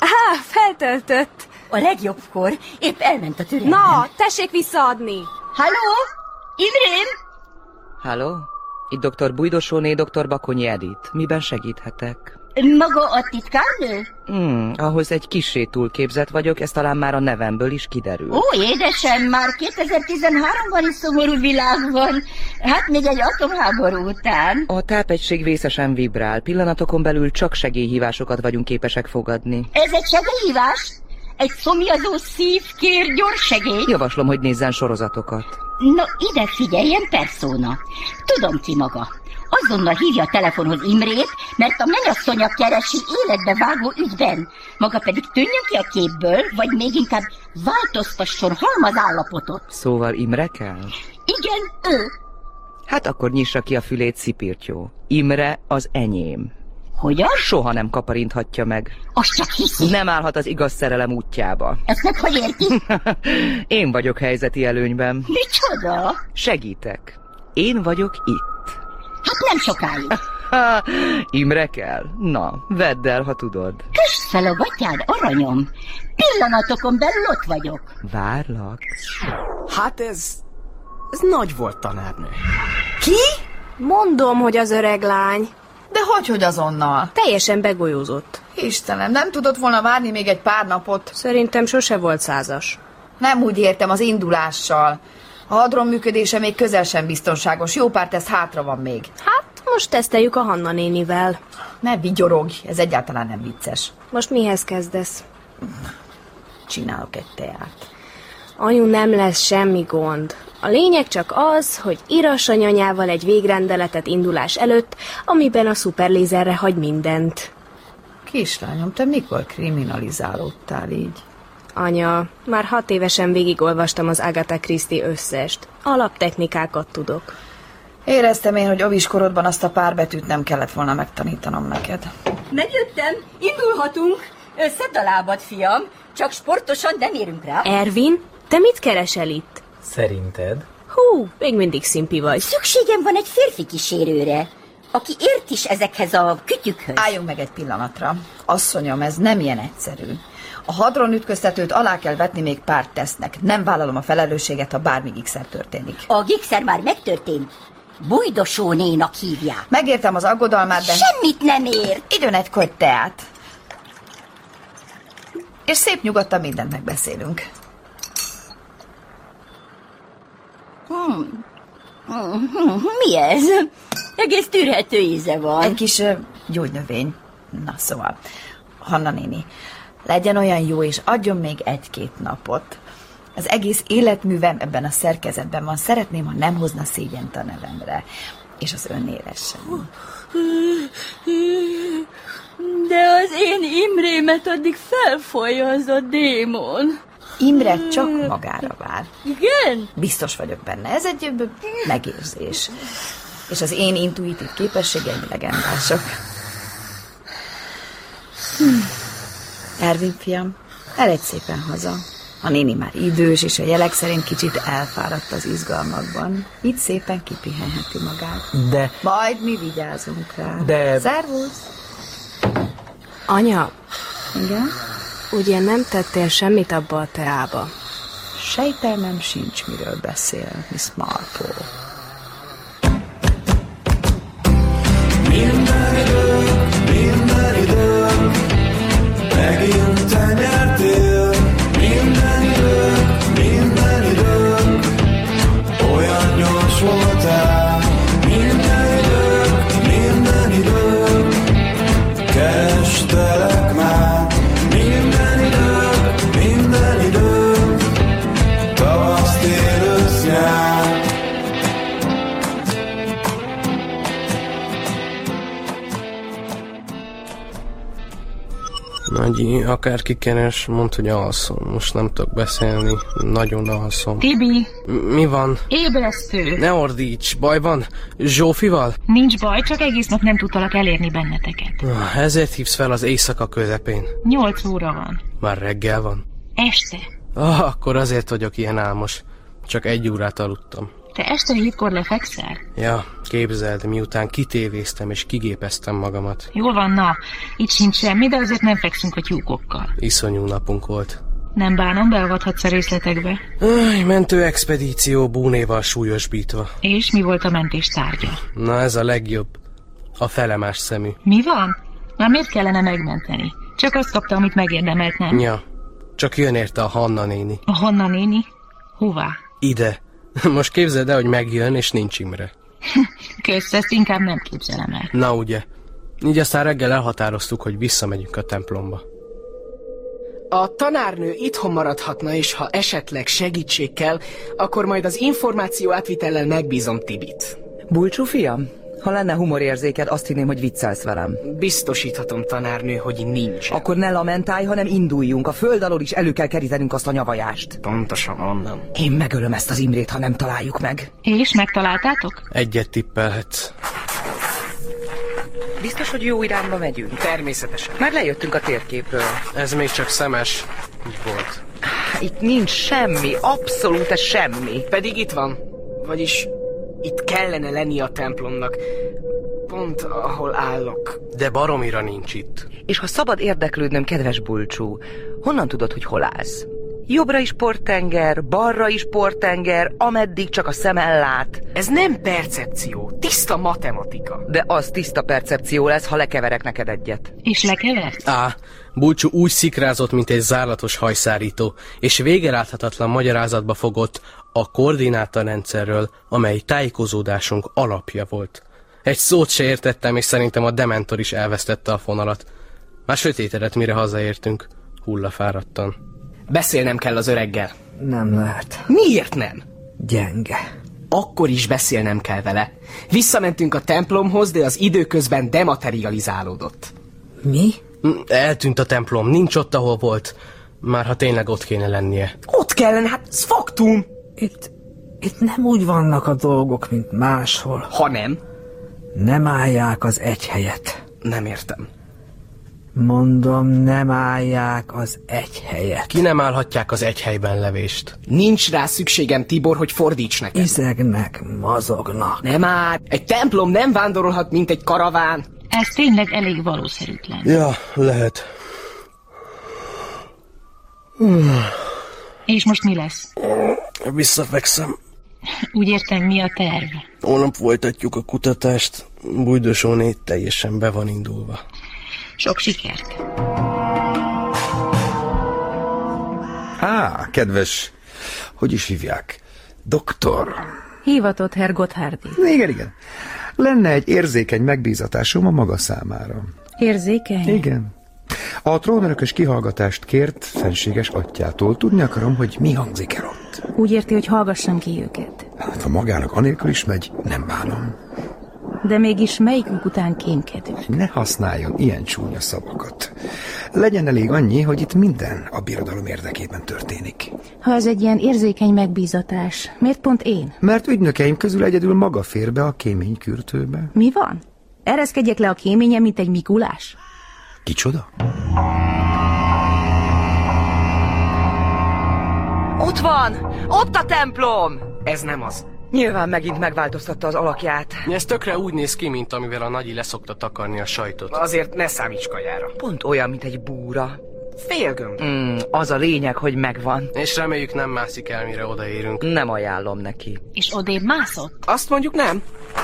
Feltöltött. A legjobbkor épp elment a türelmem. Na, tessék visszaadni. Halló? Imrém? Halló? Itt dr. Bújdosóné, dr. Bakonyi Edith. Miben segíthetek? Maga a titkárnő? Ahhoz egy kissé túlképzett vagyok, ez talán már a nevemből is kiderül. Ó, édesem, már 2013-ban is szomorú világ van. Hát még egy atomháború után. A tápegység vészesen vibrál. Pillanatokon belül csak segélyhívásokat vagyunk képesek fogadni. Ez egy segélyhívás? Egy szomjazó szív kér gyors segély? Javaslom, hogy nézzen sorozatokat. No, ide figyeljen, perszóna. Tudom ki maga. Azonnal hívja a telefonhoz Imrét, mert a mennyasszonya keresi életbe vágó ügyben. Maga pedig tűnjön ki a képből, vagy még inkább változtasson halmazállapotot. Szóval Imre kell? Igen, ő. Hát akkor nyissa ki a fülét, szipirtyó. Imre az enyém. Hogyan? Soha nem kaparinthatja meg. Azt csak hiszi. Nem állhat az igaz szerelem útjába. Ezt meg hogy érti? Én vagyok helyzeti előnyben. Micsoda? Segítek. Én vagyok itt. Hát nem sokáig. Imre kell? Na, vedd el, ha tudod. Kösd fel a gatyád, aranyom. Pillanatokon belül ott vagyok. Várlak. Hát ez nagy volt, tanárnő. Ki? Mondom, hogy az öreg lány. De hogy azonnal? Teljesen begolyózott. Istenem, nem tudott volna várni még egy pár napot? Szerintem sose volt 100-as. Nem úgy értem az indulással. A hadron működése még közel sem biztonságos. Jó pár teszt hátra van még. Hát, most teszteljük a Hanna nénivel. Ne vigyorogj, ez egyáltalán nem vicces. Most mihez kezdesz? Csinálok egy teát. Anyu, nem lesz semmi gond. A lényeg csak az, hogy írass a nyanyával egy végrendeletet indulás előtt, amiben a szuperlézerre hagy mindent. Kislányom, te mikor kriminalizálódtál így? Anya, már 6 évesen végigolvastam az Agatha Christie összest. Alaptechnikákat tudok. Éreztem én, hogy oviskorodban azt a pár betűt nem kellett volna megtanítanom neked. Megjöttem, indulhatunk. Összedd a lábad, fiam. Csak sportosan nem érünk rá. Ervin, te mit keresel itt? Szerinted? Hú, még mindig szimpi vagy. Szükségem van egy férfi kísérőre, aki ért is ezekhez a kütyükhöz. Álljunk meg egy pillanatra. Asszonyom, ez nem ilyen egyszerű. A hadron ütköztetőt alá kell vetni még pár tesznek. Nem vállalom a felelősséget, ha bármi gigszer történik. A gigszer már megtörtént. Bújdosónénak hívják. Megértem az aggodalmát, de... Semmit nem ért. Időn egy kogy teát. És szép nyugodtan mindent megbeszélünk. Mi ez? Egész tűrhető íze van. Egy kis gyógynövény. Na szóval, Hanna néni, legyen olyan jó, és adjon még 1-2 napot. Az egész életművem ebben a szerkezetben van. Szeretném, ha nem hozna szégyent a nevemre. És az önnére sem. De az én Imrémet addig felfolja az a démon. Imre csak magára vár. Igen? Biztos vagyok benne. Ez egy megérzés. És az én intuitív képességeim legendások. Ervin fiam, eredj szépen haza. A néni már idős, és a jelek szerint kicsit elfáradt az izgalmakban. Itt szépen kipihenheti magát. De... Majd mi vigyázunk rá. De... Szervusz! Anya. Igen? Ugye nem tettél semmit abba a teába? Sejtelmem sincs, miről beszél, Miss Marple. Minden idők, megint te nyertél. Minden idők, olyan gyors voltál. Minden idők, kerestelek már. Minden idők, tavasz, tél, ősz, nyár. Nagyi, akárki keres, mondd, hogy alszom. Most nem tudok beszélni, nagyon alszom. Tibi! Mi van? Ébresztő! Ne ordíts, baj van? Zsófival? Nincs baj, csak egész nap nem tudtalak elérni benneteket. Ezért hívsz fel az éjszaka közepén. 8 óra van. Már reggel van? Este. Akkor azért vagyok ilyen álmos. Csak 1 órát aludtam. Te este 7-kor lefekszel? Ja, képzeld, miután kitévéztem és kigépeztem magamat. Jól van, na. Itt sincs semmi, de azért nem fekszünk a tyúkokkal. Iszonyú napunk volt. Nem bánom, beavathatsz a részletekbe. Mentőexpedíció búnéval súlyosbítva. És mi volt a mentés tárgya? Na, ez a legjobb. A felemás szemű. Mi van? Már miért kellene megmenteni? Csak azt kapta, amit megérdemelt, nem? Ja, csak jön érte a Hanna néni. A Hanna néni? Hová? Ide. Most képzeld el, hogy megjön, és nincs Imre. Kösz, ezt inkább nem képzelem el. Na ugye. Így aztán reggel elhatároztuk, hogy visszamegyünk a templomba. A tanárnő itthon maradhatna, és ha esetleg segítség kell, akkor majd az információ átvitellel megbízom Tibit. Bulcsú fiam, ha lenne humorérzéked, azt hinném, hogy viccelsz velem. Biztosíthatom, tanárnő, hogy nincs. Akkor ne lamentálj, hanem induljunk. A föld alól is elő kell kerítenünk azt a nyavajást. Pontosan onnan. Én megölöm ezt az Imrét, ha nem találjuk meg. És megtaláltátok? Egyet tippelhetsz. Biztos, hogy jó irányba megyünk? Természetesen. Már lejöttünk a térképről. Ez még csak szemes volt. Itt nincs semmi, abszolút semmi. Pedig itt van. Vagyis itt kellene lenni a templomnak. Pont ahol állok. De baromira nincs itt. És ha szabad érdeklődnöm, kedves Bulcsú, honnan tudod, hogy hol állsz? Jobbra is portenger, balra is portenger, ameddig csak a szem ellát. Ez nem percepció, tiszta matematika. De az tiszta percepció lesz, ha lekeverek neked egyet. És lekevert? Bulcsú úgy szikrázott, mint egy zárlatos hajszárító, és végeláthatatlan magyarázatba fogott a koordinátorrendszerről, amely tájékozódásunk alapja volt. Egy szót se értettem, és szerintem a dementor is elvesztette a fonalat. Már sötétedett, mire hazaértünk, hullafáradtan. Beszélnem kell az öreggel. Nem lehet. Miért nem? Gyenge. Akkor is beszélnem kell vele. Visszamentünk a templomhoz, de az időközben dematerializálódott. Mi? Eltűnt a templom, nincs ott, ahol volt. Már ha tényleg ott kéne lennie. Ott kellene, hát ez faktum. Itt nem úgy vannak a dolgok, mint máshol. Ha nem? Nem állják az egy helyet. Nem értem. Mondom, nem állják az egy helyet. Ki nem állhatják az egy helyben levést? Nincs rá szükségem, Tibor, hogy fordíts nekem. Izegnek, mozognak. Nem már, egy templom nem vándorolhat, mint egy karaván. Ez tényleg elég valószerűtlen. Ja, lehet. És most mi lesz? Visszafekszem. Úgy értem, mi a terv? Holnap folytatjuk a kutatást. Bújdosóné teljesen be van indulva. Sok sikert! Kedves, hogy is hívják? Doktor. Hivatott Herr Gotthardi. Igen. Lenne egy érzékeny megbízatásom a maga számára. Érzékeny? Igen. A trónörökös kihallgatást kért fenséges atyától. Tudni akarom, hogy mi hangzik el ott. Úgy érti, hogy hallgassam ki őket. Hát, ha magának anélkül is megy, nem bánom. De mégis melyikük után kémkedünk? Ne használjon ilyen csúnya szavakat. Legyen elég annyi, hogy itt minden a birodalom érdekében történik. Ha ez egy ilyen érzékeny megbízatás, miért pont én? Mert ügynökeim közül egyedül maga fér be a kéménykürtőbe. Mi van? Ereszkedjek le a kéményen, mint egy Mikulás? Kicsoda? Ott van! Ott a templom! Ez nem az. Nyilván megint megváltoztatta az alakját. Ez tökre úgy néz ki, mint amivel a nagyi leszokta takarni a sajtot. Azért ne számíts kajára. Pont olyan, mint egy búra. Félgömb. Az a lényeg, hogy megvan. És reméljük nem mászik el, mire odaérünk. Nem ajánlom neki. És odébb mászott? Azt mondjuk nem.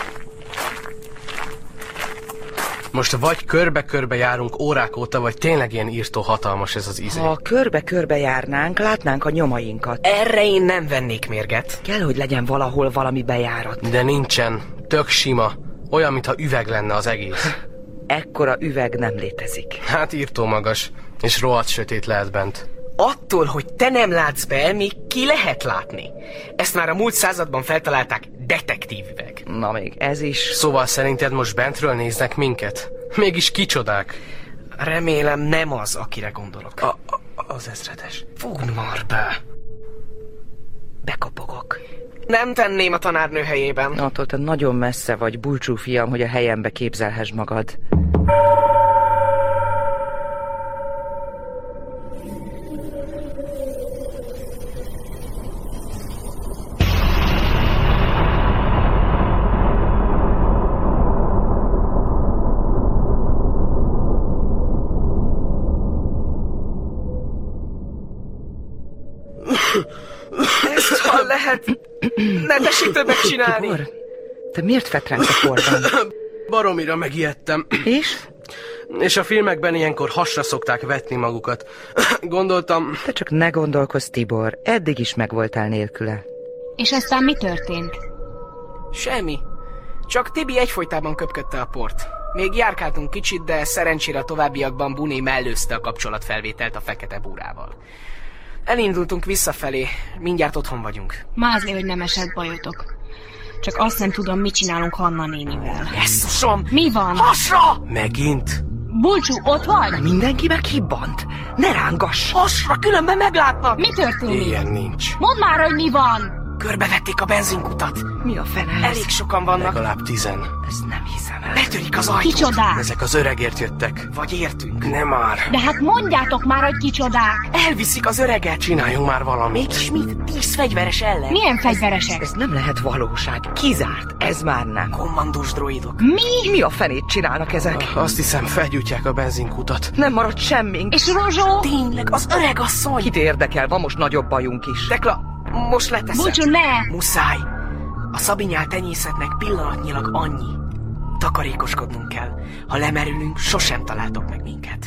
Most vagy körbe-körbe járunk órák óta, vagy tényleg ilyen írtó hatalmas ez az izé. Ha körbe-körbe járnánk, látnánk a nyomainkat. Erre én nem vennék mérget. Kell, hogy legyen valahol valami bejárat. De nincsen. Tök sima. Olyan, mintha üveg lenne az egész. Ekkora üveg nem létezik. Hát írtó magas. És rohadt sötét lehet bent. Attól, hogy te nem látsz be, még ki lehet látni. Ezt már a múlt században feltalálták, detektív üveg. Na még ez is. Szóval szerinted most bentről néznek minket? Mégis kicsodák? Remélem nem az, akire gondolok. Az ezredes. Fogd már be. Bekopogok. Nem tenném a tanárnő helyében. Attól te nagyon messze vagy, Bulcsú fiam, hogy a helyembe képzelhess magad. Ezt ha lehet, ne tessék többet csinálni. Tibor, te miért fetrengsz a porban? Baromira megijedtem. És a filmekben ilyenkor hasra szokták vetni magukat. Gondoltam... Te csak ne gondolkozz, Tibor, eddig is megvoltál nélküle. És aztán mi történt? Semmi. Csak Tibi egyfolytában köpködte a port. Még járkáltunk kicsit, de szerencsére a továbbiakban Buné mellőzte a kapcsolatfelvételt a fekete búrával. Elindultunk visszafelé, mindjárt otthon vagyunk. Mázni, hogy nem esett bajotok. Csak azt nem tudom, mit csinálunk Hanna nénivel. Jesszusom! Mi van? Hasra! Megint? Bulcsú, ott vagy? Mindenki meghibbant. Ne rángass! Hasra, különben meglátnak! Mi történik? Ilyen nincs. Mondd már, hogy mi van! Körbevették a benzinkutat. Mi a fene ez? Elég sokan vannak. Legalább 10. Ezt nem hiszem el. Betörik az ajtót. Kicsodák? Ezek az öregért jöttek. Vagy értünk. Nem már. De hát mondjátok már, hogy kicsodák. Elviszik az öreget. Csináljunk már valamit. Mégis mit? 10 fegyveres ellen. Milyen fegyveresek? Ez nem lehet valóság. Kizárt. Ez már nem. Kommandós droidok. Mi? Mi a fenét csinálnak ezek? Azt hiszem, felgyújtják a benzinkutat. Nem maradt semmink. És Rozsó? Tényleg, az öreg asszony. Kit érdekel? Van most nagyobb bajunk is. Tekla, most leteszem. Búcsú, ne! Muszáj. A szabinyál tenyészetnek pillanatnyilag annyi. Takarékoskodnunk kell. Ha lemerülünk, sosem találtok meg minket.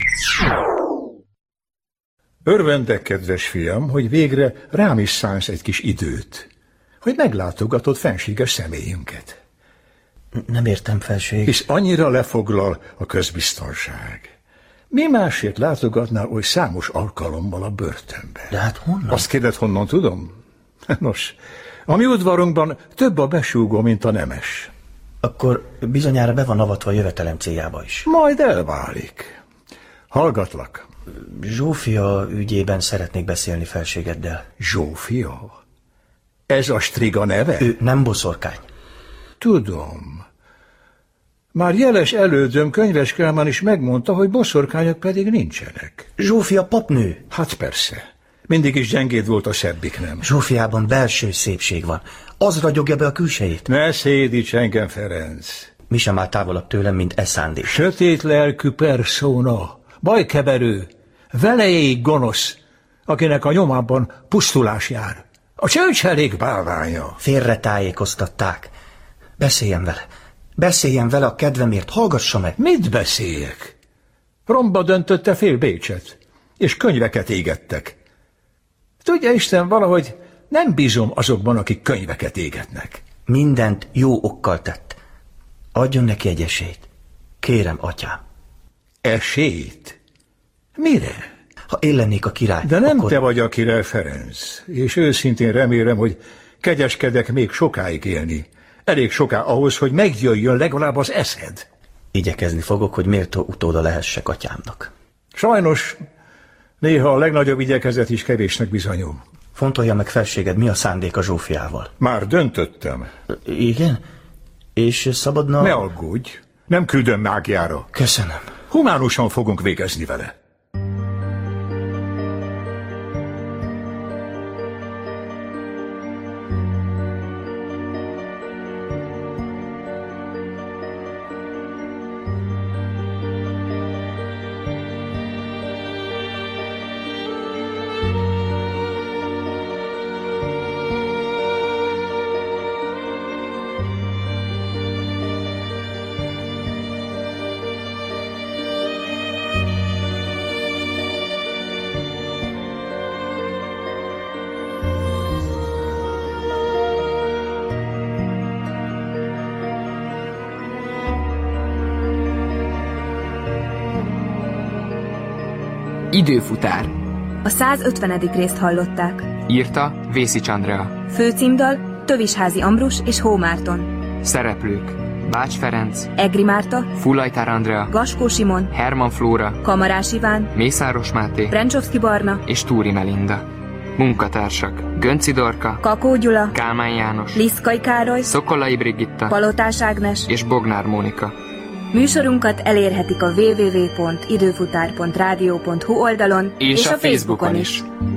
Örvendek, kedves fiam, hogy végre rám is szánsz egy kis időt, hogy meglátogatod fenséges személyünket. Nem értem, felség. És annyira lefoglal a közbiztonság. Mi másért látogatnál oly számos alkalommal a börtönbe? De hát honnan? Azt kérded, honnan tudom? Nos, a mi udvarunkban több a besúgó, mint a nemes. Akkor bizonyára be van avatva a jövetelem céljába is. Majd elválik. Hallgatlak. Zsófia ügyében szeretnék beszélni felségeddel. Zsófia? Ez a striga neve? Ő nem boszorkány. Tudom. Már jeles elődöm, Könyves Kálmán is megmondta, hogy boszorkányok pedig nincsenek. Zsófia papnő. Hát persze. Mindig is gyengéd volt a szebbik, nem? Zsófiában belső szépség van. Az ragyogja be a külsejét. Ne szédíts engem, Ferenc. Mi sem áll távolabb tőlem, mint e szándék. Sötét lelkű persona, bajkeverő, velejéig gonosz, akinek a nyomában pusztulás jár. A csőcselék bálványa. Félretájékoztatták. Beszéljen vele. Beszéljen vele a kedvemért, hallgassa meg. Mit beszéljek? Romba döntötte fél Bécset, és könyveket égettek. Tudja Isten, valahogy nem bízom azokban, akik könyveket égetnek. Mindent jó okkal tett. Adjon neki egy esélyt. Kérem, atyám. Esélyt? Mire? Ha én lennék a király, de nem akkor... te vagy a király, Ferenc, és őszintén remélem, hogy kegyeskedek még sokáig élni. Elég soká ahhoz, hogy megjöjjön legalább az eszed. Igyekezni fogok, hogy méltó utóda lehessek atyámnak. Sajnos néha a legnagyobb igyekezet is kevésnek bizonyul. Fontolja meg, felséged, mi a szándék a Zsófiával? Már döntöttem. Igen? És szabadna... Ne aggódj, nem küldöm mágiára. Köszönöm. Humánusan fogunk végezni vele. Időfutár. A 150. részt hallották. Írta Vészics Andrea. Főcímdal Tövisházi Ambrus és Hó Márton. Szereplők: Bács Ferenc, Egri Márta, Fulajtár Andrea, Gaskó Simon, Herman Flóra, Kamarás Iván, Mészáros Máté, Brencsovszki Barna és Túri Melinda. Munkatársak: Gönci Dorka, Kakó Gyula, Kálmán János, Liszkai Károly, Szokolai Brigitta, Palotás Ágnes és Bognár Mónika. Műsorunkat elérhetik a www.időfutár.rádió.hu oldalon és a Facebookon is.